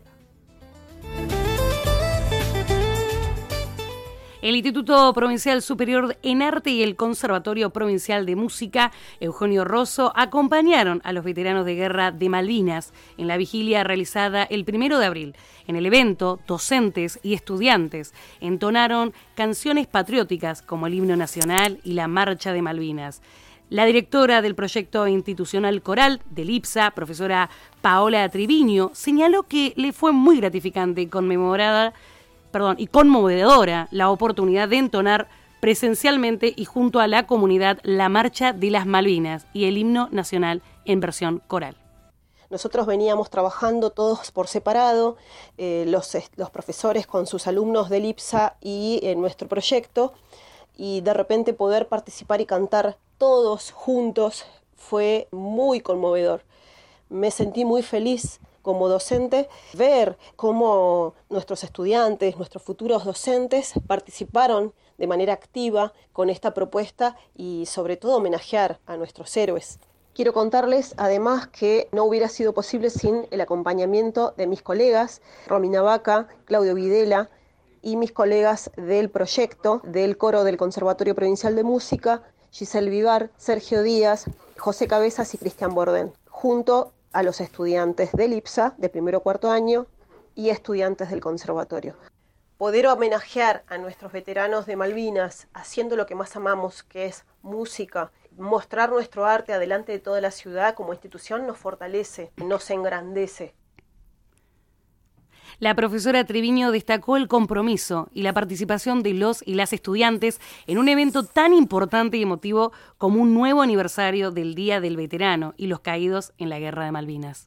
[SPEAKER 5] El Instituto Provincial Superior en Arte y el Conservatorio Provincial de Música Eugenio Rosso acompañaron a los veteranos de guerra de Malvinas en la vigilia realizada el 1 de abril. En el evento, docentes y estudiantes entonaron canciones patrióticas como el himno nacional y la Marcha de Malvinas. La directora del proyecto institucional coral del IPSA, profesora Paola Triviño, señaló que le fue muy gratificante y conmovedora la oportunidad de entonar presencialmente y junto a la comunidad la Marcha de las Malvinas y el himno nacional en versión coral.
[SPEAKER 13] Nosotros veníamos trabajando todos por separado, los profesores con sus alumnos del IPSA y en nuestro proyecto, y de repente poder participar y cantar todos juntos fue muy conmovedor. Me sentí muy feliz como docente, ver cómo nuestros estudiantes, nuestros futuros docentes participaron de manera activa con esta propuesta y sobre todo homenajear a nuestros héroes. Quiero contarles además que no hubiera sido posible sin el acompañamiento de mis colegas, Romina Vaca, Claudio Videla y mis colegas del proyecto del coro del Conservatorio Provincial de Música, Giselle Vivar, Sergio Díaz, José Cabezas y Cristian Borden, junto a los estudiantes del IPSA de primero o cuarto año y estudiantes del conservatorio. Poder homenajear a nuestros veteranos de Malvinas haciendo lo que más amamos, que es música, mostrar nuestro arte adelante de toda la ciudad como institución nos fortalece, nos engrandece.
[SPEAKER 5] La profesora Triviño destacó el compromiso y la participación de los y las estudiantes en un evento tan importante y emotivo como un nuevo aniversario del Día del Veterano y los caídos en la Guerra de Malvinas.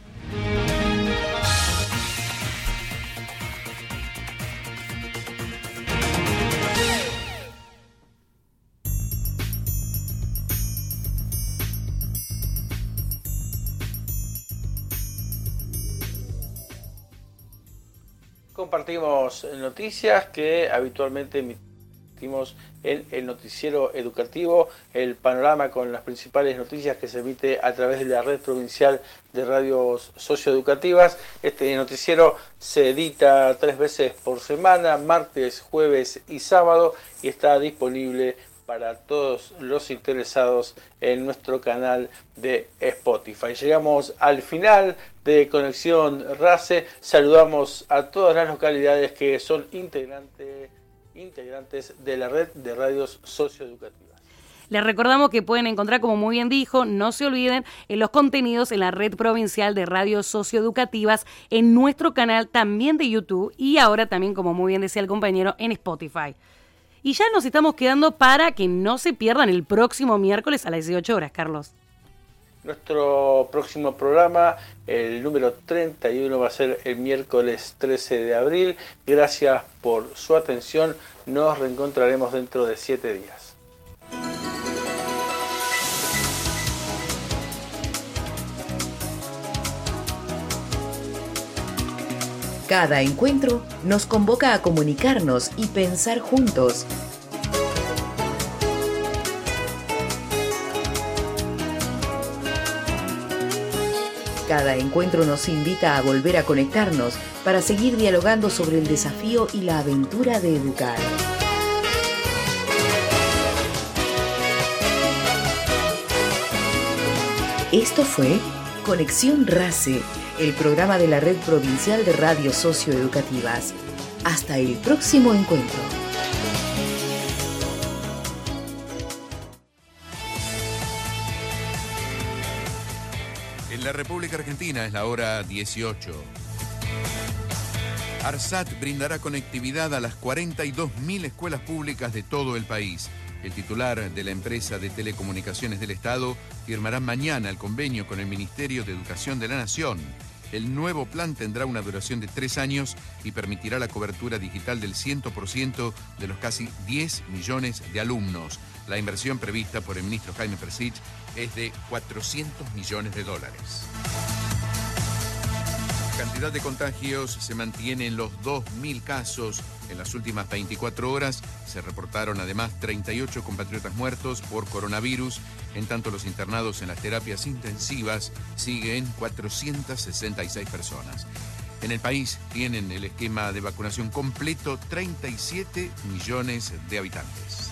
[SPEAKER 8] Compartimos noticias que habitualmente emitimos en el noticiero educativo, el panorama con las principales noticias que se emite a través de la red provincial de radios socioeducativas. Este noticiero se edita 3 veces por semana, martes, jueves y sábado, y está disponible para todos los interesados en nuestro canal de Spotify. Llegamos al final de Conexión RACE. Saludamos a todas las localidades que son integrantes de la red de radios socioeducativas.
[SPEAKER 5] Les recordamos que pueden encontrar, como muy bien dijo, no se olviden, en los contenidos en la red provincial de radios socioeducativas, en nuestro canal también de YouTube y ahora también, como muy bien decía el compañero, en Spotify. Y ya nos estamos quedando para que no se pierdan el próximo miércoles a las 18 horas, Carlos.
[SPEAKER 8] Nuestro próximo programa, el número 31, va a ser el miércoles 13 de abril. Gracias por su atención. Nos reencontraremos dentro de 7 días.
[SPEAKER 3] Cada encuentro nos convoca a comunicarnos y pensar juntos. Cada encuentro nos invita a volver a conectarnos para seguir dialogando sobre el desafío y la aventura de educar. Esto fue Conexión RACE, el programa de la Red Provincial de Radios Socioeducativas. Hasta el próximo encuentro.
[SPEAKER 14] En la República Argentina es la hora 18. ARSAT brindará conectividad a las 42.000 escuelas públicas de todo el país. El titular de la empresa de telecomunicaciones del Estado firmará mañana el convenio con el Ministerio de Educación de la Nación. El nuevo plan tendrá una duración de 3 años y permitirá la cobertura digital del 100% de los casi 10 millones de alumnos. La inversión prevista por el ministro Jaime Persich es de $400 millones. La cantidad de contagios se mantiene en los 2.000 casos. En las últimas 24 horas se reportaron además 38 compatriotas muertos por coronavirus, en tanto los internados en las terapias intensivas siguen 466 personas. En el país tienen el esquema de vacunación completo 37 millones de habitantes.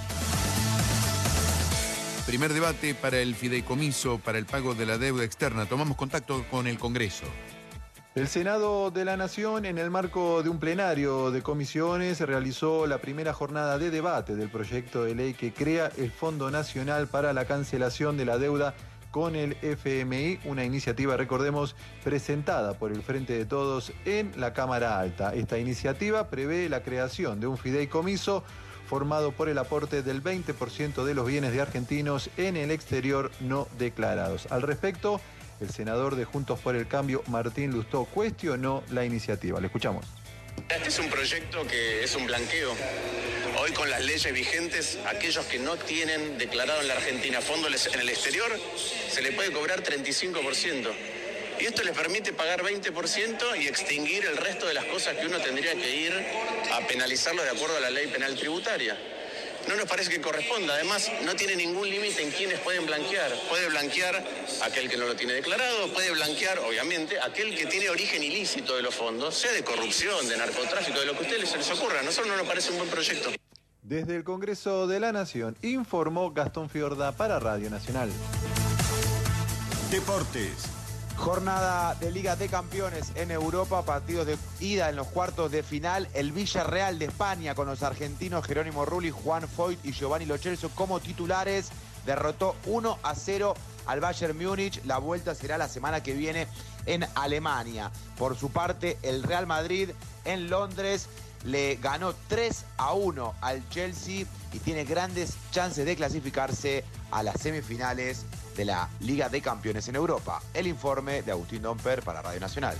[SPEAKER 14] Primer debate para el fideicomiso para el pago de la deuda externa. Tomamos contacto con el Congreso.
[SPEAKER 15] El Senado de la Nación, en el marco de un plenario de comisiones, realizó la primera jornada de debate del proyecto de ley que crea el Fondo Nacional para la Cancelación de la Deuda con el FMI, una iniciativa, recordemos, presentada por el Frente de Todos en la Cámara Alta. Esta iniciativa prevé la creación de un fideicomiso formado por el aporte del 20% de los bienes de argentinos en el exterior no declarados. Al respecto, el senador de Juntos por el Cambio, Martín Lustó, cuestionó la iniciativa. Le escuchamos.
[SPEAKER 16] Este es un proyecto que es un blanqueo. Hoy con las leyes vigentes, aquellos que no tienen declarado en la Argentina fondos en el exterior, se le puede cobrar 35%. Y esto les permite pagar 20% y extinguir el resto de las cosas que uno tendría que ir a penalizarlo de acuerdo a la ley penal tributaria. No nos parece que corresponda. Además, no tiene ningún límite en quiénes pueden blanquear. Puede blanquear aquel que no lo tiene declarado, puede blanquear, obviamente, aquel que tiene origen ilícito de los fondos, sea de corrupción, de narcotráfico, de lo que a ustedes se les ocurra. A nosotros no nos parece un buen proyecto.
[SPEAKER 15] Desde el Congreso de la Nación, informó Gastón Fiorda para Radio Nacional.
[SPEAKER 6] Deportes.
[SPEAKER 4] Jornada de Liga de Campeones en Europa, partidos de ida en los cuartos de final. El Villarreal de España con los argentinos Jerónimo Rulli, Juan Foyt y Giovanni Lo Celso como titulares. Derrotó 1-0 al Bayern Múnich. La vuelta será la semana que viene en Alemania. Por su parte, el Real Madrid en Londres le ganó 3-1 al Chelsea y tiene grandes chances de clasificarse a las semifinales de la Liga de Campeones en Europa. El informe de Agustín Domper para Radio Nacional.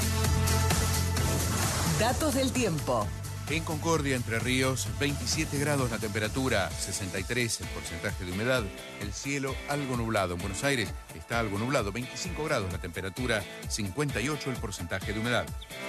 [SPEAKER 3] Datos del tiempo.
[SPEAKER 14] En Concordia, Entre Ríos, 27 grados la temperatura, 63 el porcentaje de humedad, el cielo algo nublado. En Buenos Aires está algo nublado, 25 grados la temperatura, 58 el porcentaje de humedad.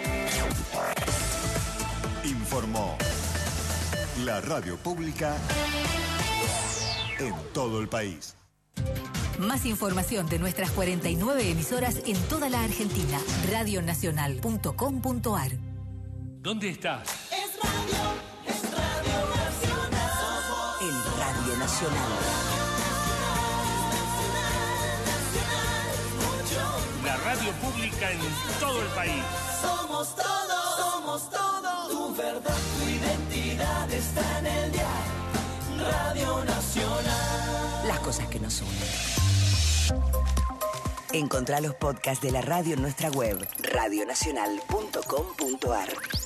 [SPEAKER 6] Informó la radio pública en todo el país.
[SPEAKER 17] Más información de nuestras 49 emisoras en toda la Argentina. Radionacional.com.ar.
[SPEAKER 18] ¿Dónde estás?
[SPEAKER 19] Es Radio Nacional.
[SPEAKER 17] El Radio Nacional.
[SPEAKER 18] La radio pública en todo el país.
[SPEAKER 19] Somos todos, somos todo. Tu verdad, tu identidad está en el dial. Radio Nacional.
[SPEAKER 17] Las cosas que nos unen. Encontrá los podcasts de la radio en nuestra web radionacional.com.ar.